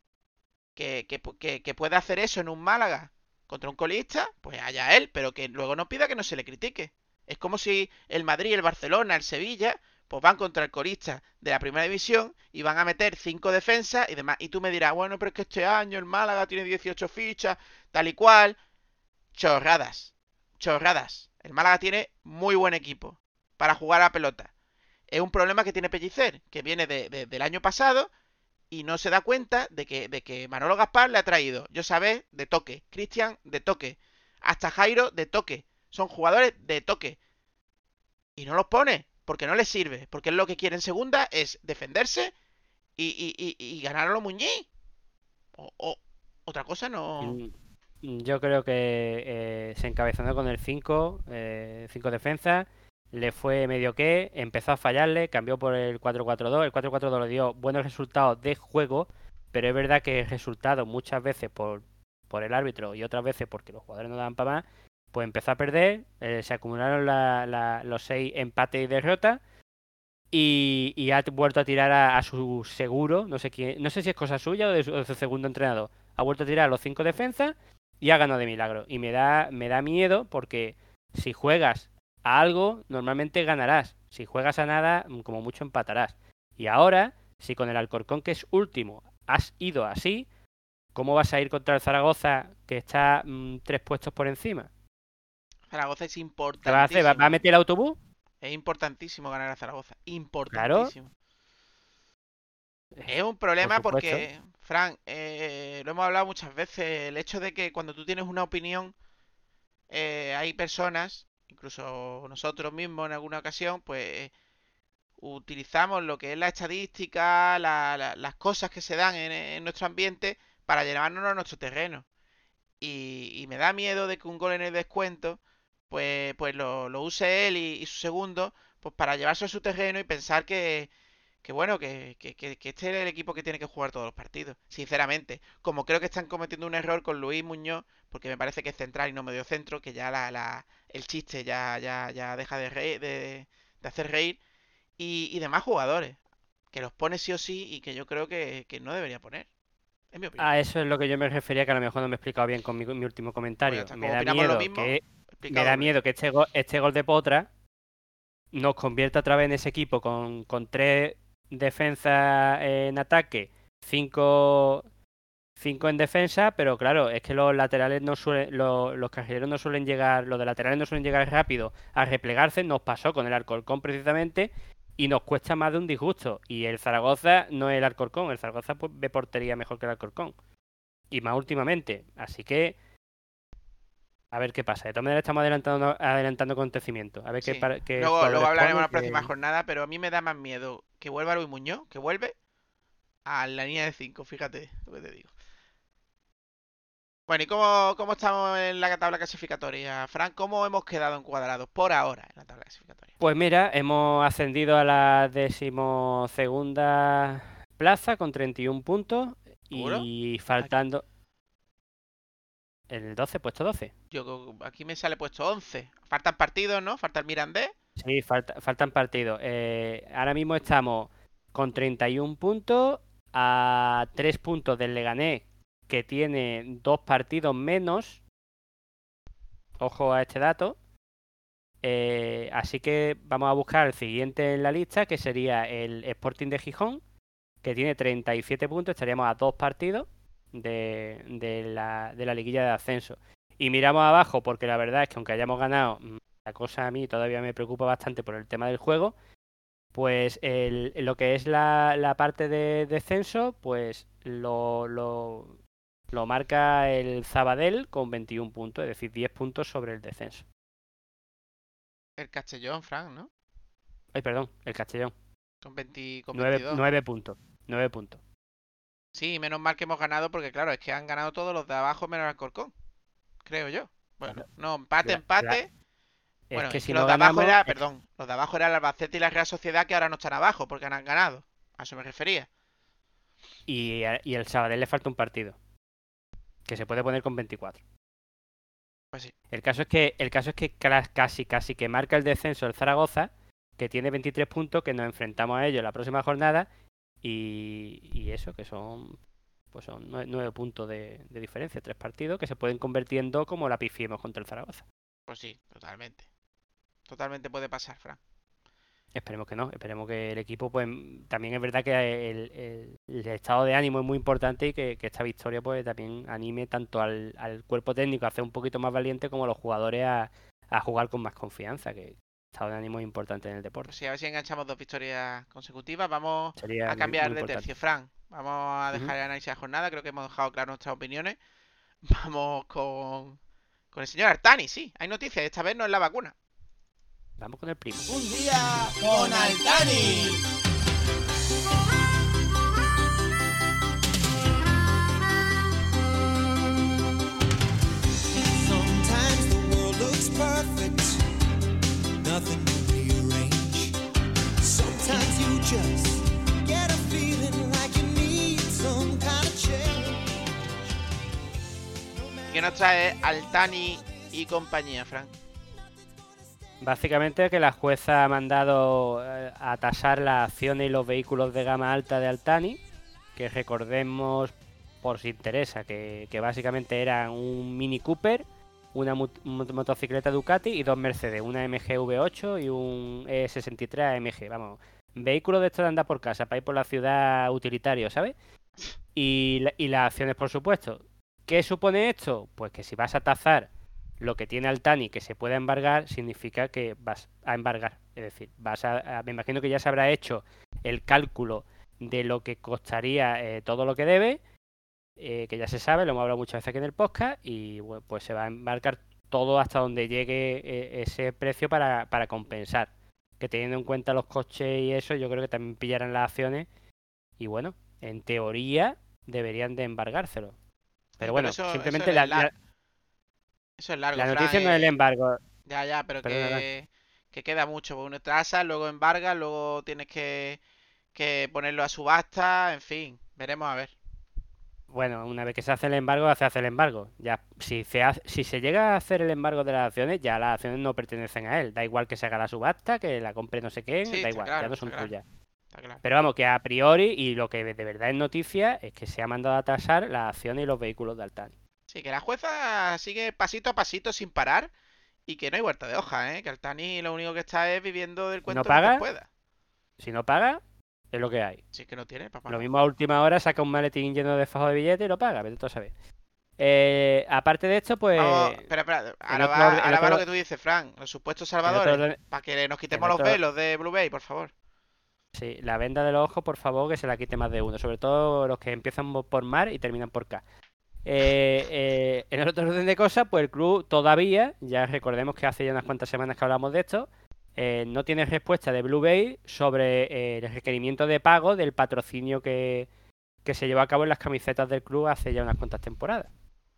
que puede hacer eso en un Málaga contra un colista, pues allá él, pero que luego no pida que no se le critique. Es como si el Madrid, el Barcelona, el Sevilla, pues van contra el colista de la primera división y van a meter 5 defensas y demás. Y tú me dirás, bueno, pero es que este año el Málaga tiene 18 fichas, tal y cual. Chorradas. Chorradas. El Málaga tiene muy buen equipo para jugar a la pelota. Es un problema que tiene Pellicer, que viene del año pasado y no se da cuenta de que Manolo Gaspar le ha traído, yo sabés, de toque. Cristian, de toque. Hasta Jairo, de toque. Son jugadores de toque. Y no los pone, porque no les sirve. Porque él lo que quiere en segunda es defenderse y ganar a los Muñiz. Otra cosa no... Yo creo que se encabezando con el 5 defensas, le fue medio que, empezó a fallarle, cambió por el 4-4-2, el 4-4-2 le dio buenos resultados de juego, pero es verdad que el resultado muchas veces por el árbitro y otras veces porque los jugadores no daban para más, pues empezó a perder, se acumularon los 6 empates y derrotas y ha vuelto a tirar a su seguro, no sé si es cosa suya o de su segundo entrenador, ha vuelto a tirar a los 5 defensas y ha ganado de milagro. Y me da miedo porque si juegas a algo, normalmente ganarás. Si juegas a nada, como mucho empatarás. Y ahora, si con el Alcorcón, que es último, has ido así, ¿cómo vas a ir contra el Zaragoza, que está 3 puestos por encima? Zaragoza es ¿Qué importantísimo. va a hacer? ¿Va a meter el autobús? Es importantísimo ganar a Zaragoza. Importantísimo. Es un problema Por supuesto. porque, Fran, lo hemos hablado muchas veces, el hecho de que cuando tú tienes una opinión, hay personas, incluso nosotros mismos en alguna ocasión, pues utilizamos lo que es la estadística, las cosas que se dan en nuestro ambiente para llevarnos a nuestro terreno. Y me da miedo de que un gol en el descuento, pues lo use él y su segundo, pues para llevarse a su terreno y pensar que bueno, que este es el equipo que tiene que jugar todos los partidos. Sinceramente, como creo que están cometiendo un error con Luis Muñoz, porque me parece que es central y no medio centro, que ya el chiste ya deja de hacer reír, y demás jugadores, que los pone sí o sí y que yo creo que no debería poner. Es mi opinión. A eso es lo que yo me refería, que a lo mejor no me he explicado bien con mi último Pues ya comentario. está, Me como da opinamos lo miedo mismo, que explicado me da doble. miedo que este gol de Potra nos convierta otra vez en ese equipo con 3 defensas en ataque, 5 en defensa, pero claro, es que los laterales no suelen, los carrileros no suelen llegar, los de laterales no suelen llegar rápido a replegarse. Nos pasó con el Alcorcón precisamente y nos cuesta más de un disgusto. Y el Zaragoza no es el Alcorcón, el Zaragoza pues ve portería mejor que el Alcorcón. Y más últimamente. Así que a ver qué pasa. De todas maneras estamos adelantando acontecimientos. A ver Sí. qué Luego jugadores hablaremos en pone, la próxima jornada, pero a mí me da más miedo que vuelva Luis Muñoz, que vuelve, a la línea de 5, fíjate lo que te digo. Bueno, ¿y cómo estamos en la tabla clasificatoria, Fran? ¿Cómo hemos quedado encuadrados por ahora en la tabla clasificatoria? Pues mira, hemos ascendido a la 12ª plaza con 31 puntos. ¿Seguro? Y faltando el 12, puesto 12. Aquí me sale puesto 11. Faltan partidos, ¿no? Falta el Mirandés. Sí, faltan partidos. Ahora mismo estamos con 31 puntos, a 3 puntos del Leganés, que tiene 2 partidos menos. Ojo a este dato. Así que vamos a buscar el siguiente en la lista, que sería el Sporting de Gijón, que tiene 37 puntos. Estaríamos a 2 partidos de la liguilla de ascenso. Y miramos abajo, porque la verdad es que aunque hayamos ganado, la cosa a mí todavía me preocupa bastante por el tema del juego. Pues lo que es la parte de descenso, pues lo marca el Sabadell con 21 puntos, es decir, 10 puntos sobre el descenso. El Castellón, Fran, ¿no? Ay, perdón, el Castellón. Con 22. 9 puntos. 9 puntos. Sí, menos mal que hemos ganado, porque claro, es que han ganado todos los de abajo menos el Alcorcón. Creo yo. Bueno, Claro. no, empate. Es Bueno, que es si que no los de abajo ganamos, perdón, los de abajo era el Albacete y la Real Sociedad, que ahora no están abajo porque han ganado. A eso me refería. y el Sabadell le falta un partido, que se puede poner con 24. Pues sí. El caso es que casi que marca el descenso el Zaragoza, que tiene 23 puntos, que nos enfrentamos a ellos la próxima jornada, y eso, que son 9 puntos de diferencia, 3 partidos que se pueden convertir en 2, como la pifiemos contra el Zaragoza. Pues sí, totalmente. Totalmente puede pasar, Fran. Esperemos que no, esperemos que el equipo, pues también es verdad que el estado de ánimo es muy importante, y que esta victoria pues también anime tanto al cuerpo técnico a ser un poquito más valiente, como a los jugadores a jugar con más confianza, que el estado de ánimo es importante en el deporte. Pues sí, a ver si enganchamos 2 victorias consecutivas. Vamos Sería a cambiar muy de importante. tercio, Fran. Vamos a dejar el análisis de la jornada. Creo que hemos dejado claras nuestras opiniones. Vamos con el señor Artani, sí. Hay noticias, esta vez no es la vacuna. Vamos con el primo. Un día con Altani. Sometimes the world looks perfect, nothing to rearrange. Sometimes you just get a feeling like you need some kind of change. ¿Qué nos trae Altani y compañía, Fran? Básicamente que la jueza ha mandado a tasar las acciones y los vehículos de gama alta de Altani, que recordemos, por si interesa, que básicamente eran un Mini Cooper, motocicleta Ducati y 2 Mercedes, una MG V8 y un E63 AMG, vamos, vehículos de estos de andar por casa, para ir por la ciudad utilitario, ¿sabes? Y las acciones, por supuesto. ¿Qué supone esto? Pues que si vas a tasar lo que tiene Altani que se pueda embargar, significa que vas a embargar. Es decir, me imagino que ya se habrá hecho el cálculo de lo que costaría todo lo que debe, que ya se sabe, lo hemos hablado muchas veces aquí en el podcast, y bueno, pues se va a embarcar todo hasta donde llegue ese precio para compensar. Que teniendo en cuenta los costes y eso, yo creo que también pillarán las acciones y bueno, en teoría deberían de embargárselo. Pero bueno, simplemente eso es largo, la Fran, noticia no es el embargo. Ya, pero Perdona. que queda mucho. Porque uno tasa, luego embarga, luego tienes que ponerlo a subasta, en fin, veremos a ver. Bueno, una vez que se hace el embargo, se hace el embargo. Ya, si se llega a hacer el embargo de las acciones, ya las acciones no pertenecen a él. Da igual que se haga la subasta, que la compre no sé quién, Sí, da está igual, claro, ya no son está claro. tuyas. Está claro. Pero vamos, que a priori, y lo que de verdad es noticia, es que se ha mandado a tasar las acciones y los vehículos de Altani. Sí, que la jueza sigue pasito a pasito sin parar y que no hay vuelta de hoja, ¿eh? Que Altani lo único que está es viviendo del cuento paga? mientras pueda. Si no paga, es lo que hay. Sí, que no tiene, papá. Lo mismo a última hora saca un maletín lleno de fajos de billetes y lo paga, vete tú a saber. Aparte de esto, pues... Vamos, espera. Ahora va lo que tú dices, Fran. Los supuestos salvadores. Para que nos quitemos los velos de Blue Bay, por favor. Sí, la venda de los ojos, por favor, que se la quite más de uno. Sobre todo los que empiezan por mar y terminan por K. En el otro orden de cosas, pues el club todavía, ya recordemos que hace ya unas cuantas semanas que hablamos de esto, no tiene respuesta de Blue Bay sobre el requerimiento de pago del patrocinio que se llevó a cabo en las camisetas del club hace ya unas cuantas temporadas.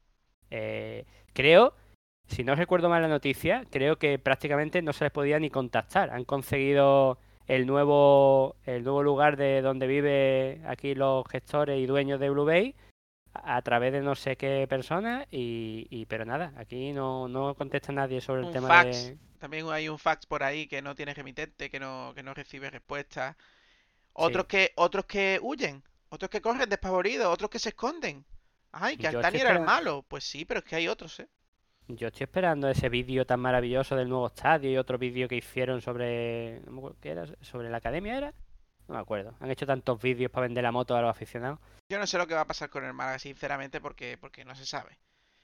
Creo, si no recuerdo mal la noticia, creo que prácticamente no se les podía ni contactar. Han conseguido el nuevo lugar de donde vive aquí los gestores y dueños de Blue Bay a través de no sé qué personas pero nada, aquí no contesta nadie sobre el tema fax. de... También hay un fax por ahí que no tiene remitente, que no recibe respuesta. Otros que huyen, otros que corren despavoridos, otros que se esconden. Ay, que Altani era el malo. Pues sí, pero es que hay otros, ¿eh? Yo estoy esperando ese vídeo tan maravilloso del nuevo estadio y otro vídeo que hicieron sobre... No me acuerdo qué era, sobre la academia era. No me acuerdo. Han hecho tantos vídeos para vender la moto a los aficionados. Yo no sé lo que va a pasar con el Málaga, sinceramente, porque no se sabe.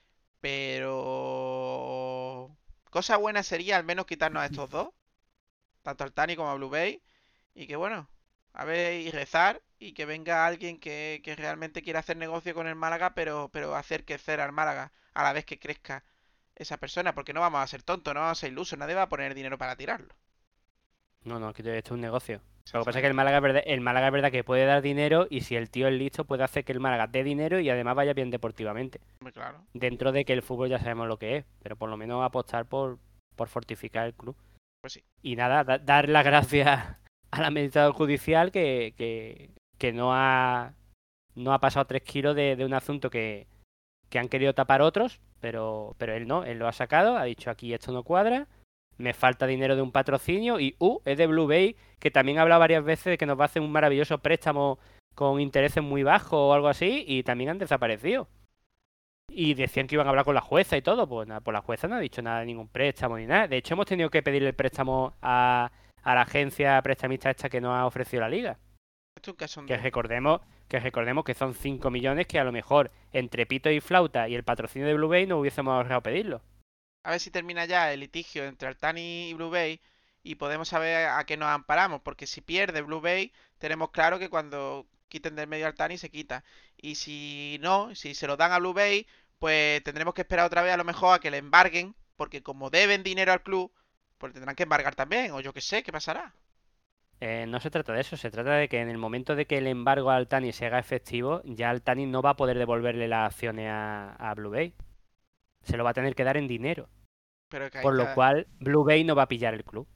Pero... cosa buena sería al menos quitarnos a estos dos. Tanto a Altani como a Blue Bay. Y que bueno, a ver y rezar. Y que venga alguien que realmente quiera hacer negocio con el Málaga, pero hacer crecer al Málaga a la vez que crezca esa persona. Porque no vamos a ser tontos, no vamos a ser ilusos. Nadie va a poner dinero para tirarlo. No, que esto es un negocio. Lo que pasa es que el Málaga es verdad que puede dar dinero, y si el tío es listo puede hacer que el Málaga dé dinero y además vaya bien deportivamente. Muy claro. Dentro de que el fútbol ya sabemos lo que es, pero por lo menos apostar por fortificar el club. Pues sí. Y nada, dar las gracias al administrador judicial que no ha pasado 3 kilos de un asunto que han querido tapar otros, pero él no, él lo ha sacado, ha dicho aquí esto no cuadra. Me falta dinero de un patrocinio y es de Blue Bay, que también ha hablado varias veces de que nos va a hacer un maravilloso préstamo con intereses muy bajos o algo así, y también han desaparecido. Y decían que iban a hablar con la jueza y todo, pues nada, la jueza no ha dicho nada de ningún préstamo ni nada. De hecho, hemos tenido que pedirle el préstamo a la agencia prestamista esta que nos ha ofrecido la liga. Esto es un Que recordemos que son 5 millones que a lo mejor entre pito y flauta y el patrocinio de Blue Bay no hubiésemos ahorrado pedirlo. A ver si termina ya el litigio entre Altani y Blue Bay y podemos saber a qué nos amparamos, porque si pierde Blue Bay, tenemos claro que cuando quiten del medio a Altani se quita. Y si no, si se lo dan a Blue Bay, pues tendremos que esperar otra vez a lo mejor a que le embarguen, porque como deben dinero al club, pues tendrán que embargar también, o yo qué sé, ¿qué pasará? No se trata de eso, se trata de que en el momento de que el embargo a Altani se haga efectivo, ya Altani no va a poder devolverle las acciones a Blue Bay. Se lo va a tener que dar en dinero. Pero que Por lo cual, Blue Bay no va a pillar el club.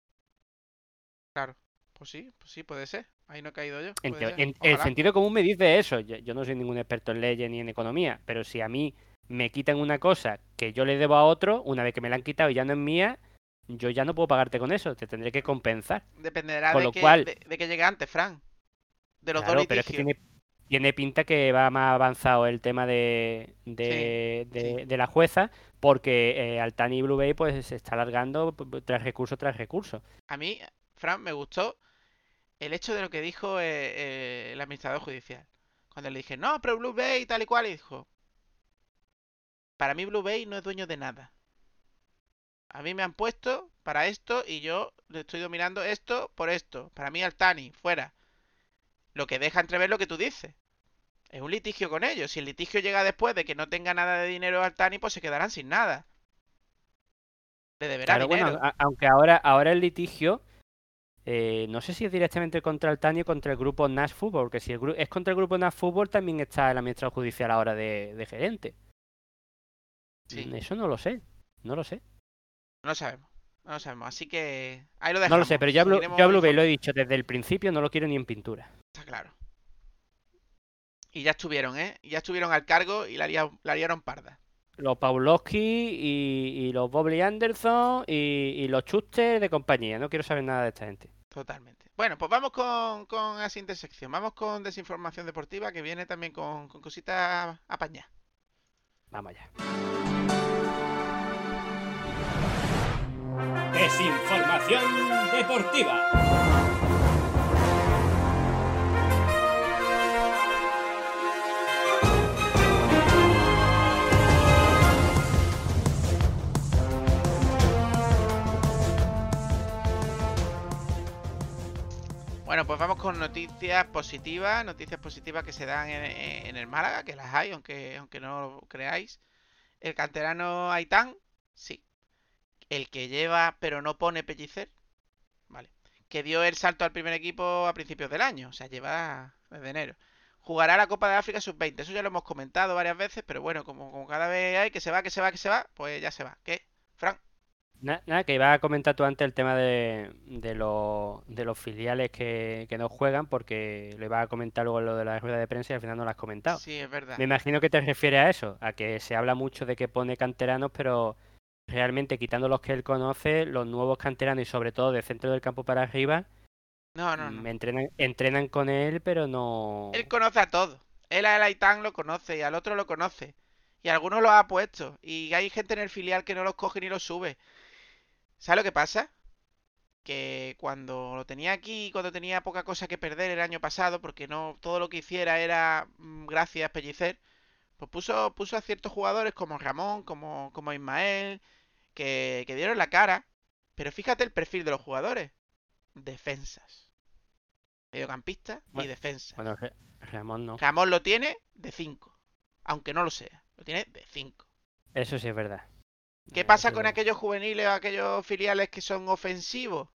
Claro, pues sí, puede ser. Ahí no he caído yo. El sentido común me dice eso. Yo no soy ningún experto en leyes ni en economía, pero si a mí me quitan una cosa que yo le debo a otro, una vez que me la han quitado y ya no es mía, yo ya no puedo pagarte con eso, te tendré que compensar. Dependerá Con de lo que, cual... de que llegue antes, Fran. De los Claro, dos litigios. tiene pinta que va más avanzado el tema de la jueza, porque Altani y Blue Bay pues se está alargando tras recurso. A mí, Fran, me gustó el hecho de lo que dijo el administrador judicial. Cuando le dije, no, pero Blue Bay tal y cual, y dijo, para mí Blue Bay no es dueño de nada. A mí me han puesto para esto y yo le estoy dominando esto por esto. Para mí Altani, fuera. Lo que deja entrever lo que tú dices. Es un litigio con ellos. Si el litigio llega después de que no tenga nada de dinero Altani, pues se quedarán sin nada. Le deberá Claro, dinero. bueno, aunque ahora el litigio, no sé si es directamente contra Altani o contra el grupo Nash Fútbol, porque si es contra el grupo Nash Fútbol, también está el administrador judicial ahora de gerente. Sí. Eso no lo sé. No lo sabemos. No lo sabemos. Así que ahí lo No dejamos. lo sé, pero yo a Blue Bay lo he dicho desde el principio, no lo quiero ni en pintura. Está claro. Y ya estuvieron, ¿eh? Ya estuvieron al cargo y la liaron parda. Los Pawlowski y los Bobby Anderson y los Schuster de compañía. No quiero saber nada de esta gente. Totalmente. Bueno, pues vamos con la siguiente sección. Vamos con desinformación deportiva, que viene también con cositas apañadas. Vamos allá. Desinformación deportiva. Bueno, pues vamos con noticias positivas que se dan en el Málaga, que las hay, aunque no lo creáis. El canterano Aitán, sí. El que lleva pero no pone Pellicer, vale. Que dio el salto al primer equipo a principios del año, o sea, lleva desde enero. Jugará la Copa de África Sub-20, eso ya lo hemos comentado varias veces, pero bueno, como cada vez hay que se va, pues ya se va. ¿Qué, Fran? Nada, que iba a comentar tú antes el tema de los filiales que no juegan, porque lo iba a comentar luego lo de la rueda de prensa y al final no lo has comentado. Sí, es verdad. Me imagino que te refieres a eso, a que se habla mucho de que pone canteranos, pero realmente quitando los que él conoce, los nuevos canteranos y sobre todo de centro del campo para arriba, No. entrenan con él, pero no... Él conoce a todos. Él al Aitán lo conoce y al otro lo conoce. Y a algunos los ha puesto. Y hay gente en el filial que no los coge ni los sube. ¿Sabes lo que pasa? Que cuando lo tenía aquí, cuando tenía poca cosa que perder el año pasado, porque no todo lo que hiciera era gracias Pellicer, pues puso a ciertos jugadores como Ramón, como Ismael, que dieron la cara. Pero fíjate el perfil de los jugadores. Defensas. Mediocampista y defensa. Bueno, Ramón no. Ramón lo tiene de 5. Aunque no lo sea. Lo tiene de 5. Eso sí es verdad. ¿Qué pasa con aquellos juveniles o aquellos filiales que son ofensivos?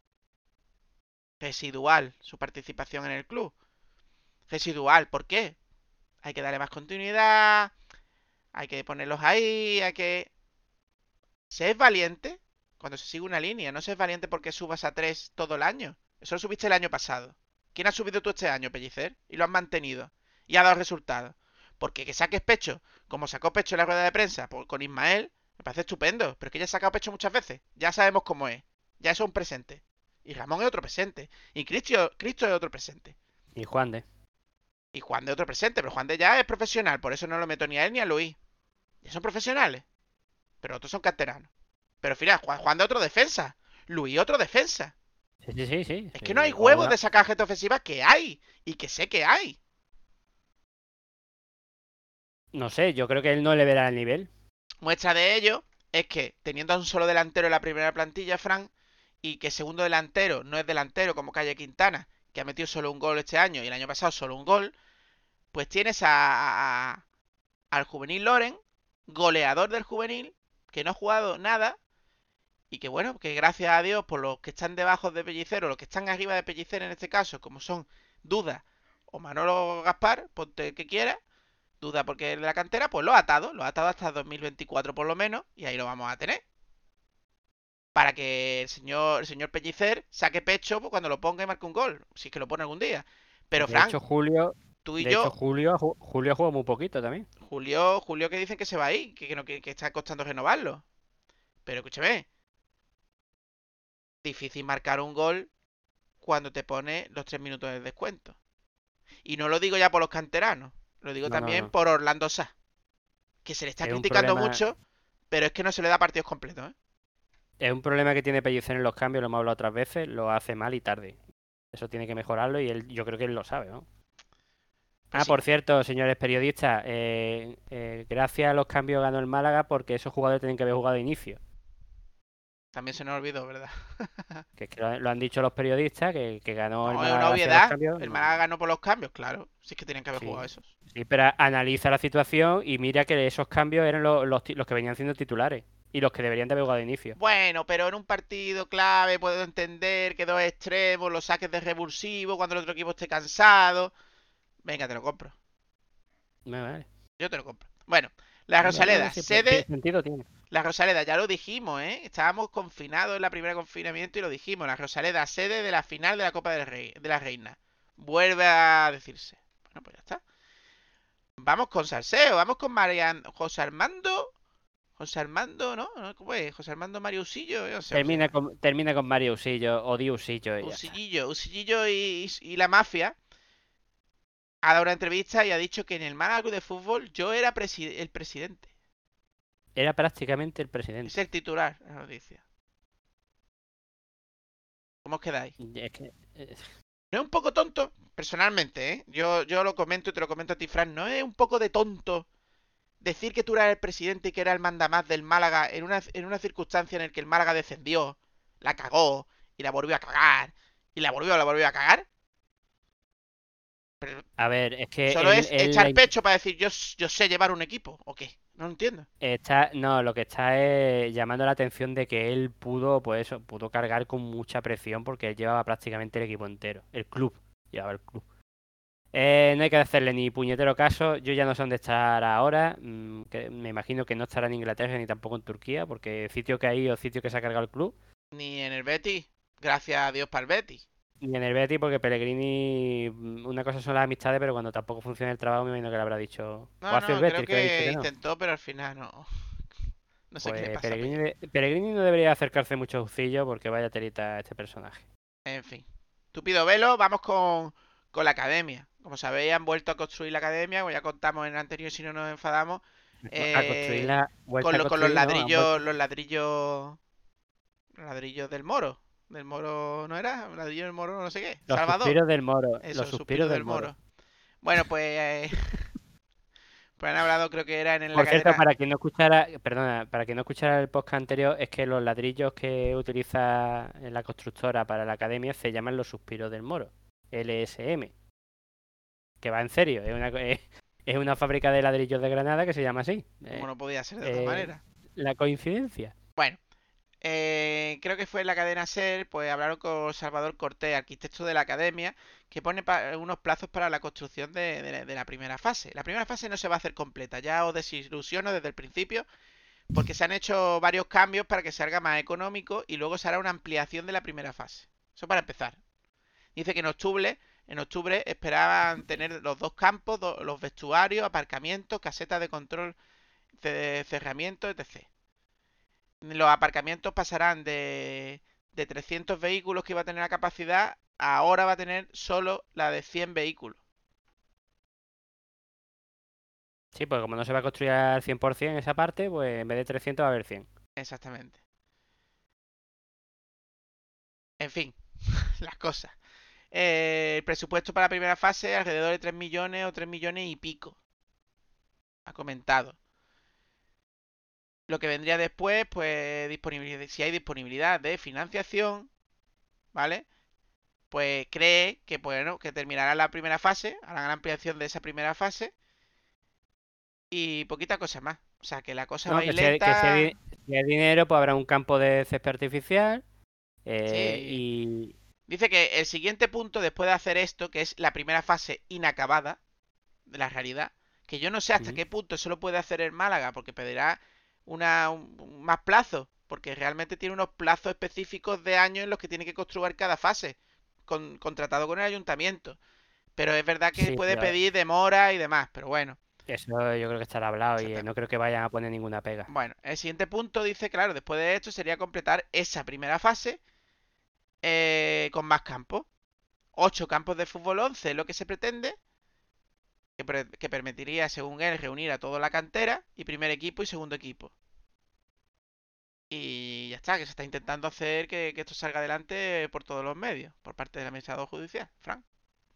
Residual su participación en el club. Residual, ¿por qué? Hay que darle más continuidad. Hay que ponerlos ahí. Hay que... Se es valiente cuando se sigue una línea. No se es valiente porque subas a 3 todo el año. Eso lo subiste el año pasado. ¿Quién ha subido tú este año, Pellicer? Y lo has mantenido. Y ha dado resultados. Porque que saques pecho, como sacó pecho en la rueda de prensa con Ismael, me parece estupendo. Pero es que ya ha sacado pecho muchas veces. Ya sabemos cómo es. Ya eso es un presente. Y Ramón es otro presente. Y Cristo es otro presente. Y Juan de. Y Juan de otro presente. Pero Juan de ya es profesional. Por eso no lo meto ni a él ni a Luis. Ya son profesionales. Pero otros son canteranos. Pero fíjate, Juan de otro defensa. Luis otro defensa. Sí. Es que no hay huevos de sacar gente ofensiva, que hay. Y que sé que hay. No sé, yo creo que él no le verá el nivel. Muestra de ello es que teniendo a un solo delantero en la primera plantilla, Fran, y que segundo delantero no es delantero como Calle Quintana, que ha metido solo un gol este año y el año pasado solo un gol, pues tienes al juvenil Loren, goleador del juvenil, que no ha jugado nada, y que bueno, que gracias a Dios por los que están debajo de Pellicer o los que están arriba de Pellicer en este caso, como son Duda o Manolo Gaspar, ponte el que quiera, Duda porque es de la cantera, pues lo ha atado hasta 2024 por lo menos, y ahí lo vamos a tener. Para que el señor Pellicer saque pecho pues, cuando lo ponga y marque un gol, si es que lo pone algún día. Pero Frank, tú y yo... Julio ha jugado muy poquito también. Julio que dicen que se va ahí, que está costando renovarlo. Pero escúchame, difícil marcar un gol cuando te pone los 3 minutos de descuento. Y no lo digo ya por los canteranos, lo digo No, también no. por Orlando Sá, que se le está Es un criticando problema- mucho, pero es que no se le da partidos completos, ¿eh? Es un problema que tiene Pellicer en los cambios, lo hemos hablado otras veces, lo hace mal y tarde. Eso tiene que mejorarlo y yo creo que él lo sabe, ¿no? Pues sí. Por cierto, señores periodistas, gracias a los cambios ganó el Málaga porque esos jugadores tienen que haber jugado de inicio. También se nos olvidó, ¿verdad? Que es que lo han dicho los periodistas, que ganó el No, es Málaga una gracias a los obviedad. cambios. El No. Málaga ganó por los cambios, claro. Si es que tenían que haber Sí. jugado esos. Sí, pero analiza la situación y mira que esos cambios eran los que venían siendo titulares y los que deberían de haber jugado de inicio. Bueno, pero en un partido clave puedo entender que dos extremos, los saques de revulsivo cuando el otro equipo esté cansado. Venga, te lo compro. Vale. Yo te lo compro. Bueno, la Rosaleda, Sí, sede. ¿qué sentido tiene? La Rosaleda, ya lo dijimos, ¿eh? Estábamos confinados en la primera confinamiento y lo dijimos. La Rosaleda, sede de la final de la Copa del Rey, de la Reina. Vuelve a decirse. Bueno, pues ya está. Vamos con salseo, vamos con José Armando. José Armando, ¿no? ¿Cómo es? José Armando Mario Usillo. Yo no sé, Termina con Mario Usillo o Di Usillo. Y ya está. Usillillo y la mafia ha dado una entrevista y ha dicho que en el Málaga Club de Fútbol yo era el presidente. Era prácticamente el Es presidente. el titular, la noticia. ¿Cómo os quedáis? Es que, ¿No es un poco tonto? Personalmente, ¿eh? Yo lo comento y te lo comento a ti, Fran. ¿No es un poco de tonto decir que tú eras el presidente y que era el mandamás del Málaga en una circunstancia en la que el Málaga descendió, la cagó y la volvió a cagar y la volvió a cagar? Pero a ver, es que solo es él echar pecho para decir yo sé llevar un equipo, ¿o qué? No lo entiendo. lo que está es llamando la atención de que él pudo cargar con mucha presión porque él llevaba prácticamente el equipo entero. El club. Llevaba el club. No hay que hacerle ni puñetero caso. Yo ya no sé dónde estar ahora. Que me imagino que no estará en Inglaterra ni tampoco en Turquía, porque sitio que ha ido, sitio que se ha cargado el club. Ni en el Betis. Gracias a Dios para el Betis. Ni en el Betis, porque Pellegrini, una cosa son las amistades, pero cuando tampoco funciona el trabajo, me imagino que le habrá dicho. No, O hace el creo Betis, que le ha dicho que que no. intentó, pero al final no. No sé qué le Pues pasa. Pellegrini no debería acercarse mucho a Ucillo porque vaya telita a este personaje. En fin. Tupido velo, vamos con la academia. Como sabéis, han vuelto a construir la academia, como ya contamos en el anterior, si no nos enfadamos. A construirla, Con los ladrillos, los ladrillos del Moro. Del Moro, ¿no era? Ladrillo del Moro, no sé qué. Los Salvador. suspiros del Moro. Eso, Los suspiros del Moro. Bueno, pues pues han hablado, creo que era en la Por cierto, cadena. para quien no escuchara el podcast anterior, es que los ladrillos que utiliza la constructora para la academia se llaman los suspiros del Moro, LSM. Que va en serio, es una fábrica de ladrillos de Granada que se llama así. Como no podía ser de otra manera. La coincidencia. Bueno, creo que fue en la cadena SER, pues hablaron con Salvador Cortés, arquitecto de la academia, que pone unos plazos para la construcción de la primera fase. La primera fase no se va a hacer completa, ya os desilusiono desde el principio, porque se han hecho varios cambios para que se haga más económico y luego se hará una ampliación de la primera fase. Eso para empezar. Dice que en octubre esperaban tener los dos campos, los vestuarios, aparcamientos, casetas de control de cerramiento, etc. Los aparcamientos pasarán de 300 vehículos que iba a tener la capacidad, ahora va a tener solo la de 100 vehículos. Sí, pues como no se va a construir al 100% esa parte, pues en vez de 300 va a haber 100. Exactamente. En fin, las cosas. El presupuesto para la primera fase alrededor de 3 millones o 3 millones y pico. Ha comentado. Lo que vendría después, pues si hay disponibilidad de financiación, ¿vale? Pues cree que, bueno, que terminará la primera fase, harán la ampliación de esa primera fase y poquita cosa más. O sea, que la cosa va a ir lenta. Si hay dinero, pues habrá un campo de césped artificial. Sí. Y Dice que el siguiente punto después de hacer esto, que es la primera fase inacabada de la realidad, que yo no sé hasta qué punto eso lo puede hacer el Málaga, porque pedirá más plazos, porque realmente tiene unos plazos específicos de años en los que tiene que construir cada fase, contratado con el ayuntamiento. Pero es verdad que puede pedir demora y demás, pero bueno. Eso yo creo que estará hablado y no creo que vayan a poner ninguna pega. Bueno, el siguiente punto dice, claro, después de esto sería completar esa primera fase con más campos. 8 campos de fútbol 11 es lo que se pretende, que permitiría, según él, reunir a toda la cantera y primer equipo y segundo equipo. Y ya está, que se está intentando hacer que esto salga adelante por todos los medios, por parte del administrador judicial, Fran.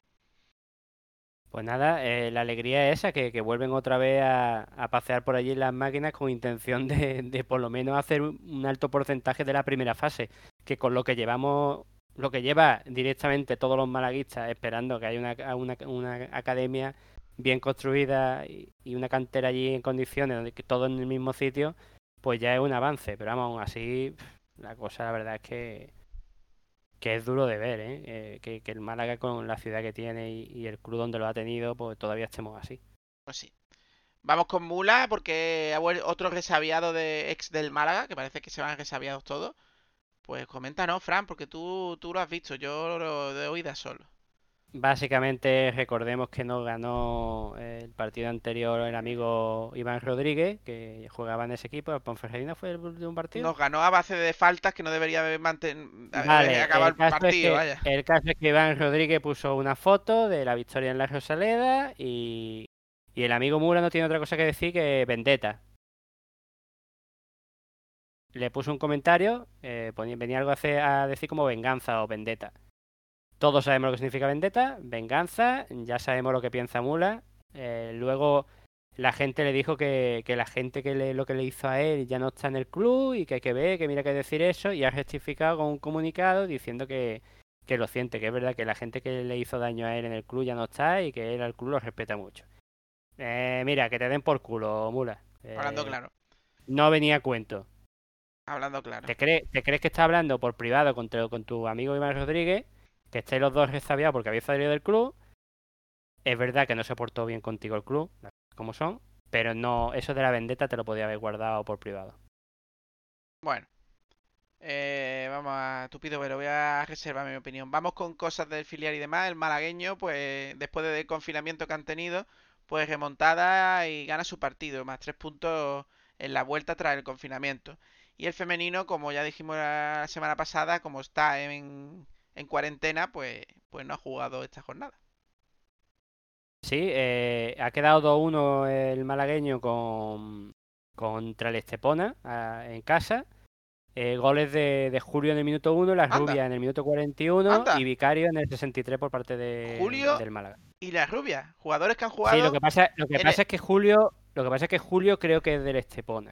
Pues nada, la alegría es esa, que vuelven otra vez a pasear por allí las máquinas con intención de por lo menos hacer un alto porcentaje de la primera fase, que con lo que llevamos, lo que lleva directamente todos los malaguistas esperando que haya una academia bien construida y una cantera allí en condiciones, donde todo en el mismo sitio, pues ya es un avance, pero vamos, aún así, la cosa la verdad es que es duro de ver, ¿eh? Que el Málaga con la ciudad que tiene y el club donde lo ha tenido, pues todavía estemos así. Pues sí. Vamos con Mula, porque otro resabiado de ex del Málaga, que parece que se van resabiados todos. Pues coméntanos, Fran, porque tú lo has visto, yo lo de oídas solo. Básicamente recordemos que nos ganó el partido anterior el amigo Iván Rodríguez, que jugaba en ese equipo. ¿El Ponferradina fue el último partido? Nos ganó a base de faltas que no debería haber Vale, acabado el partido, vaya. el caso es que Iván Rodríguez puso una foto de la victoria en la Rosaleda y el amigo Mura no tiene otra cosa que decir que vendetta. Le puso un comentario, venía algo a decir como venganza o vendetta. Todos sabemos lo que significa vendetta, venganza, ya sabemos lo que piensa Mula. Luego la gente le dijo que la gente lo que le hizo a él ya no está en el club y que hay que ver, que mira que decir eso, y ha rectificado con un comunicado diciendo que lo siente, que es verdad que la gente que le hizo daño a él en el club ya no está y que él al club lo respeta mucho. Mira, que te den por culo, Mula. Hablando claro. No venía a cuento. Hablando claro. ¿Te crees que está hablando por privado con tu amigo Iván Rodríguez? Que estáis los dos resabiados porque habéis salido del club. Es verdad que no se portó bien contigo el club, como son, pero no, eso de la vendetta te lo podía haber guardado por privado. Bueno, vamos a tupido, pero voy a reservar mi opinión. Vamos con cosas del filial y demás. El malagueño, pues después del confinamiento que han tenido, pues remontada y gana su partido, más 3 puntos en la vuelta tras el confinamiento. Y el femenino, como ya dijimos la semana pasada, como está en cuarentena, pues no ha jugado esta jornada. Sí, ha quedado 2-1 el malagueño contra el Estepona en casa. Goles de Julio en el minuto 1, la Rubia en el minuto 41 Anda. Y Vicario en el 63 por parte del Málaga. Y la Rubia, jugadores que han jugado. Sí, lo que pasa es que Julio creo que es del Estepona.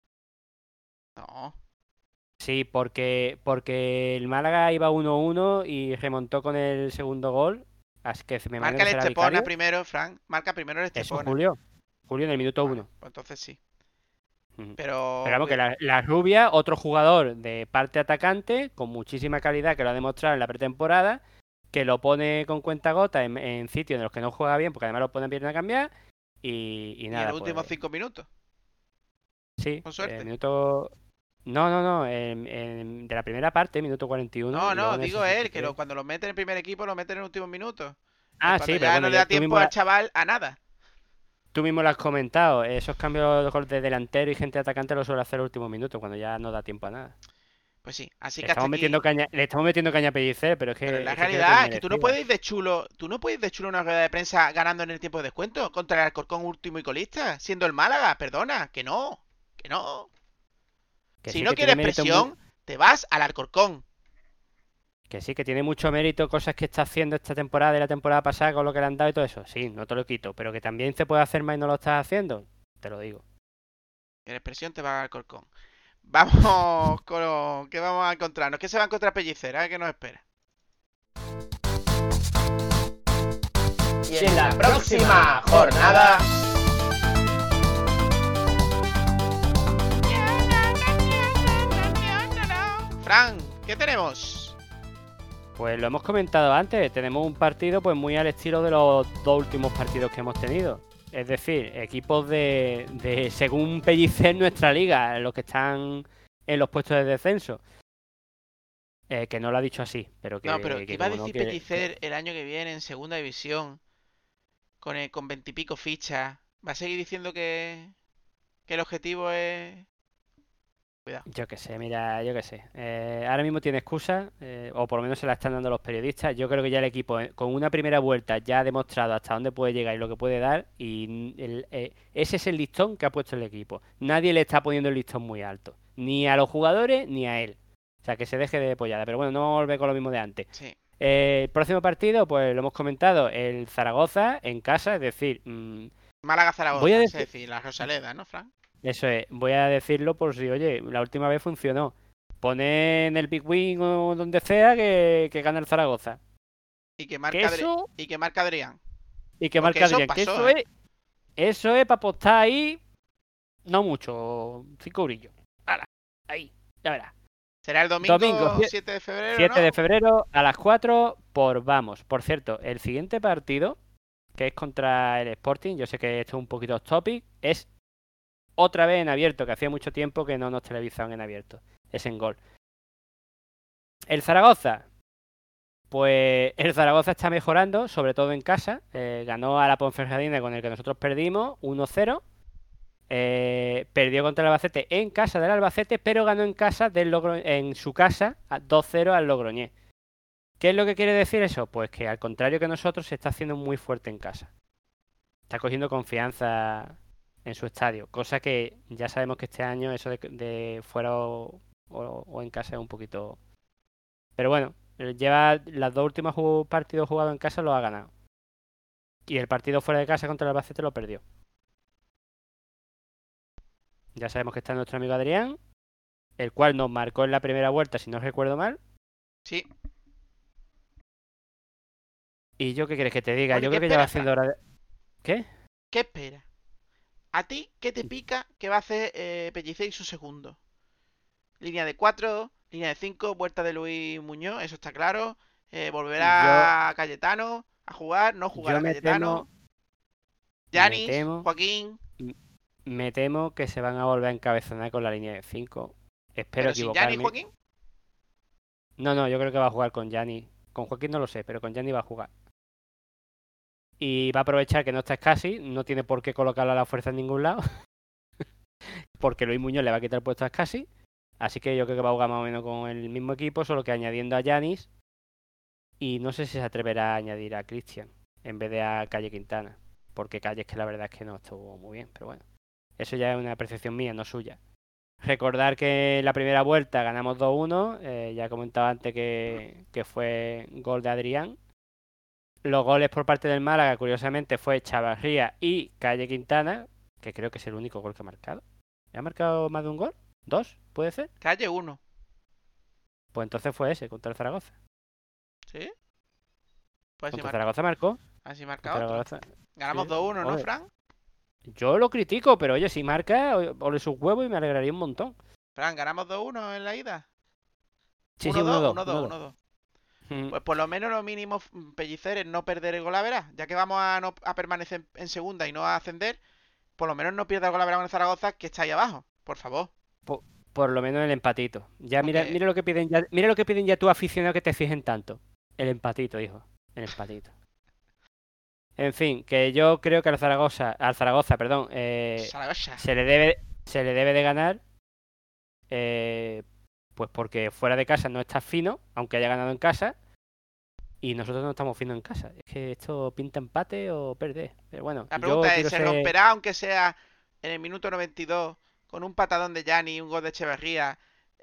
No. Sí, porque el Málaga iba 1-1 y remontó con el segundo gol. Así que me marca el Estepona primero, Frank. Marca primero el Estepona. Eso, Julio en el minuto 1. Pues entonces sí. Pero Pero vamos, que la Rubia, otro jugador de parte atacante, con muchísima calidad, que lo ha demostrado en la pretemporada, que lo pone con cuentagotas en sitios en los que no juega bien, porque además lo ponen bien a cambiar. Y nada. en los últimos 5 minutos. Sí, con suerte. Minuto. No, de la primera parte, minuto 41. No, digo él, que cuando lo mete en el primer equipo, lo mete en el último minuto. Ah, sí, ya pero bueno, no le da tiempo al chaval a nada. Tú mismo lo has comentado, esos cambios de delantero y gente atacante lo suele hacer el último minuto, cuando ya no da tiempo a nada. Pues sí, así Le que estamos metiendo caña a Pellicer, pero es que... Pero la realidad es que tú no puedes ir de chulo una rueda de prensa ganando en el tiempo de descuento contra el Alcorcón último y colista, siendo el Málaga, perdona, que no. Si no quieres presión, te vas al Alcorcón. Que sí, que tiene mucho mérito cosas que está haciendo esta temporada y la temporada pasada con lo que le han dado y todo eso. Sí, no te lo quito, pero que también se puede hacer más y no lo estás haciendo, te lo digo. Quieres presión, te vas al Alcorcón. Vamos con... ¿Qué vamos a encontrarnos? ¿Qué se va a encontrar Pellicera? ¿Qué nos espera? Y en la próxima jornada... Fran, ¿qué tenemos? Pues lo hemos comentado antes, tenemos un partido pues muy al estilo de los dos últimos partidos que hemos tenido. Es decir, equipos de según Pellicer, nuestra liga, los que están en los puestos de descenso. Que no lo ha dicho así, pero que... No, pero que iba a como decir no quiere- Pellicer el año que viene en segunda división con 20 y pico fichas. ¿Va a seguir diciendo que el objetivo es Cuidado. Yo qué sé, mira, yo qué sé. Ahora mismo tiene excusa, o por lo menos se la están dando los periodistas. Yo creo que ya el equipo, con una primera vuelta, ya ha demostrado hasta dónde puede llegar y lo que puede dar. Y ese es el listón que ha puesto el equipo. Nadie le está poniendo el listón muy alto. Ni a los jugadores, ni a él. O sea, que se deje de pollada. Pero bueno, no vamos a volver con lo mismo de antes. Sí. El próximo partido, pues lo hemos comentado, el Zaragoza en casa, es decir... Málaga-Zaragoza, voy a es decir- decir, la Rosaleda, ¿no, Fran? Eso es, voy a decirlo por si, oye, la última vez funcionó. Pone en el Big Win o donde sea que gana el Zaragoza. Y que Que marca, eso, y que marca Adrián. y que porque marca eso Adrián. Que pasó, eso es para apostar ahí, no mucho, 5 eurillos. ¡Hala! Ahí, ya verás. Será el domingo, Domingo, 7 de febrero, 7 ¿no? de febrero a las 4 por Vamos. Por cierto, el siguiente partido, que es contra el Sporting, yo sé que esto es un poquito off topic, es otra vez en abierto, que hacía mucho tiempo que no nos televisaban en abierto. Es en Gol. El Zaragoza. Pues el Zaragoza está mejorando, sobre todo en casa. Ganó a la Ponferradina con el que nosotros perdimos, 1-0. Perdió contra el Albacete en casa del Albacete, pero ganó en casa en su casa 2-0 al Logroñés. ¿Qué es lo que quiere decir eso? Pues que al contrario que nosotros, se está haciendo muy fuerte en casa. Está cogiendo confianza en su estadio, cosa que ya sabemos que este año eso de fuera o en casa es un poquito... Pero bueno, lleva los 2 últimos partidos jugados en casa los ha ganado. Y el partido fuera de casa contra el Albacete lo perdió. Ya sabemos que está nuestro amigo Adrián, el cual nos marcó en la primera vuelta, si no recuerdo mal. Sí. ¿Y yo qué quieres que te diga? Oye, Yo ¿qué creo que ya va esperas, haciendo hora de... ¿Qué? ¿Qué espera? ¿A ti qué te pica que va a hacer Pellicer y su segundo? Línea de 4, línea de 5, vuelta de Luis Muñoz, eso está claro. Volverá Cayetano a jugar, no jugará yo me Cayetano. temo- Yanis, me temo- Joaquín. Me temo que se van a volver a encabezonar con la línea de 5. Espero Pero sin Yanis, equivocarme. Joaquín. No, yo creo que va a jugar con Gianni. Con Joaquín no lo sé, pero con Gianni va a jugar. Y va a aprovechar que no está Scassi, no tiene por qué colocarlo a la fuerza en ningún lado. Porque Luis Muñoz le va a quitar el puesto a Scassi. Así que yo creo que va a jugar más o menos con el mismo equipo, solo que añadiendo a Yanis. Y no sé si se atreverá a añadir a Cristian en vez de a Calle Quintana. Porque Calle es que la verdad es que no estuvo muy bien, pero bueno. Eso ya es una percepción mía, no suya. Recordar que en la primera vuelta ganamos 2-1. Ya he comentado antes que fue gol de Adrián. Los goles por parte del Málaga, curiosamente, fue Chavarría y Calle Quintana, que creo que es el único gol que ha marcado. ¿Ha marcado más de un gol? ¿2? ¿Puede ser? Calle 1. Pues entonces fue ese, contra el Zaragoza. ¿Sí? Pues Contra el Zaragoza marcó. así marca Contra el otro. Zaragoza. Ganamos Sí, 2-1, ¿no, joder. Fran? Yo lo critico, pero oye, si marca, ole sus huevos y me alegraría un montón. Fran, ¿ganamos 2-1 en la ida? Sí, 1-2, 1-2. 1-2. Mm. Pues por lo menos lo mínimo, Pellicer, es no perder el Golaveras. Ya que vamos a permanecer en segunda y no a ascender, por lo menos no pierda el Golaveras con el Zaragoza, que está ahí abajo. Por favor. Por lo menos el empatito. Ya mira, Porque- mira lo que piden ya, mira lo que piden ya tu aficionado que te fijen tanto. El empatito, hijo. El empatito. En fin, que yo creo que al Zaragoza, perdón, Zaragoza. se le debe de ganar. Pues porque fuera de casa no está fino, aunque haya ganado en casa. Y nosotros no estamos finos en casa. Es que esto pinta empate o perder. Pero bueno, La yo pregunta es, quiero ¿se ser... romperá aunque sea en el minuto 92 con un patadón de Gianni y un gol de Echeverría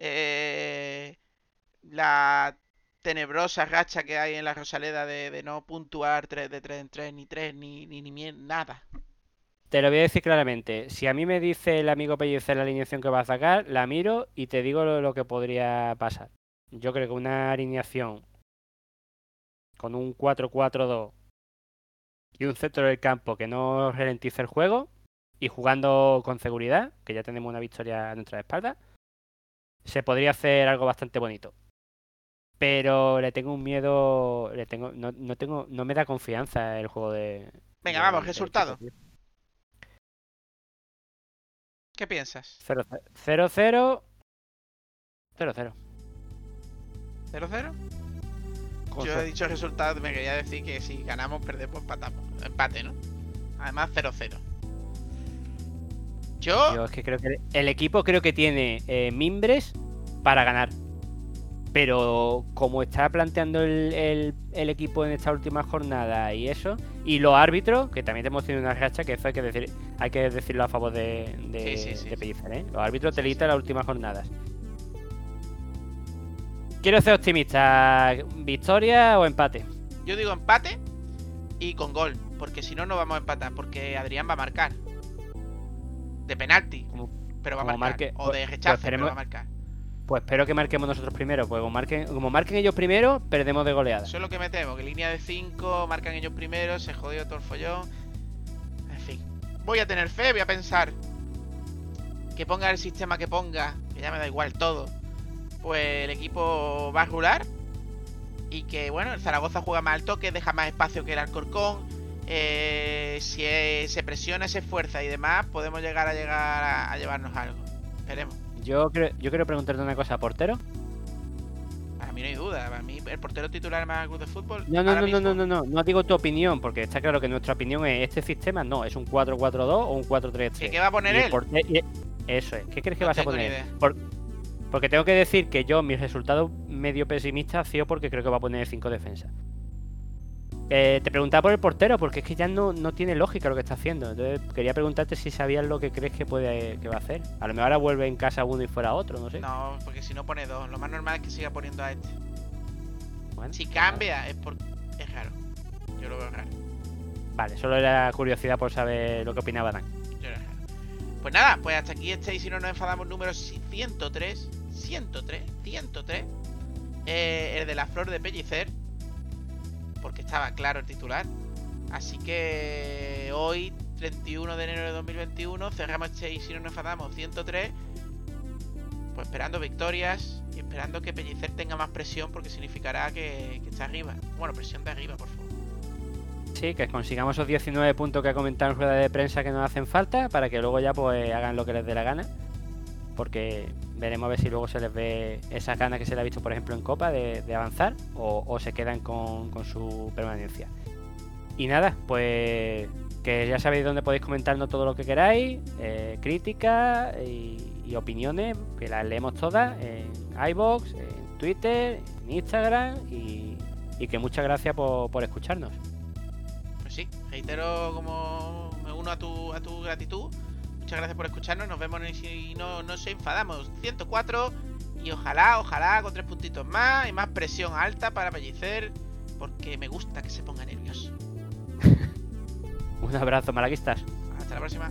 la tenebrosa racha que hay en la Rosaleda de no puntuar 3 de 3 en 3, ni 3, ni nada? Te lo voy a decir claramente. Si a mí me dice el amigo Pellicer la alineación que va a sacar, la miro y te digo lo que podría pasar. Yo creo que una alineación con un 4-4-2 y un centro del campo que no ralentice el juego y jugando con seguridad, que ya tenemos una victoria a nuestra espalda, se podría hacer algo bastante bonito. Pero le tengo un miedo, no me da confianza el juego de... Venga, del- vamos, del resultado. equipo, tío. ¿Qué piensas? 0-0. 0-0. ¿0-0? Yo he dicho resultado, me quería decir que si ganamos, perdemos, empatamos. Empate, ¿no? Además, 0-0. Yo es que creo que el equipo creo que tiene mimbres para ganar. Pero como está planteando el equipo en esta última jornada y eso, y los árbitros, que también hemos tenido una racha, que eso hay que decirlo a favor de Pellicer, ¿eh? Los árbitros te limitan las últimas jornadas. Quiero ser optimista. ¿Victoria o empate? Yo digo empate y con gol, porque si no, no vamos a empatar, porque Adrián va a marcar. De penalti, pero va a marcar. O de rechazo, pero va a marcar. Pues espero que marquemos nosotros primero. Pues como marquen ellos primero, perdemos de goleada. Eso es lo que me temo, que línea de 5, marcan ellos primero, se jodió todo el follón. En fin, voy a tener fe, voy a pensar. Que ponga el sistema que ponga, que ya me da igual todo. Pues el equipo va a rular. Y que bueno, el Zaragoza juega más al toque, deja más espacio que el Alcorcón. Si se presiona, se esfuerza y demás, podemos llegar a llevarnos algo. Esperemos. Yo quiero preguntarte una cosa, ¿portero? Para mí no hay duda, para mí el portero titular más del club de fútbol. No digo tu opinión, porque está claro que nuestra opinión es este sistema, no, es un 4-4-2 o un 4-3-3. ¿Qué va a poner él? Eso es, ¿qué crees que vas a poner? Porque tengo que decir que yo, mi resultado medio pesimista ha sido porque creo que va a poner 5 defensas. Te preguntaba por el portero, porque es que ya no tiene lógica lo que está haciendo. Entonces quería preguntarte si sabías lo que crees que va a hacer. A lo mejor ahora vuelve en casa uno y fuera otro, no sé. No, porque si no pone 2. Lo más normal es que siga poniendo a este. Bueno, si cambia es raro. Yo lo veo raro. Vale, solo era curiosidad por saber lo que opinaba Dan. Yo lo veo raro. Pues nada, pues hasta aquí y si no nos enfadamos, número 103. El de la flor de Pellicer, porque estaba claro el titular. Así que hoy, 31 de enero de 2021, cerramos y si no nos enfadamos 103. Pues esperando victorias y esperando que Pellicer tenga más presión, porque significará que está arriba. Bueno, presión de arriba, por favor. Sí, que consigamos esos 19 puntos que ha comentado en rueda de prensa que nos hacen falta, para que luego ya pues hagan lo que les dé la gana. Porque veremos a ver si luego se les ve esas ganas que se les ha visto, por ejemplo, en Copa de avanzar, o se quedan con su permanencia. Y nada, pues que ya sabéis dónde podéis comentarnos todo lo que queráis, críticas y opiniones, que las leemos todas en iVoox, en Twitter, en Instagram, y que muchas gracias por escucharnos. Pues sí, reitero, como me uno a tu gratitud. Muchas gracias por escucharnos. Nos vemos si no nos enfadamos. 104. Y ojalá con 3 puntitos más y más presión alta para Pellicer, porque me gusta que se ponga nervioso. Un abrazo, malaguistas. Hasta la próxima.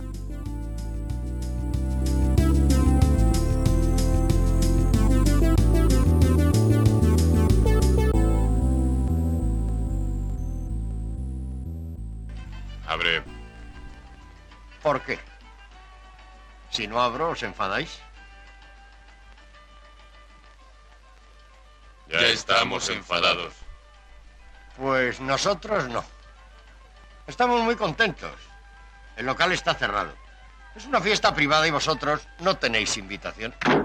Abre. ¿Por qué? Si no abro, ¿os enfadáis? Ya estamos enfadados. Pues nosotros no. Estamos muy contentos. El local está cerrado. Es una fiesta privada y vosotros no tenéis invitación.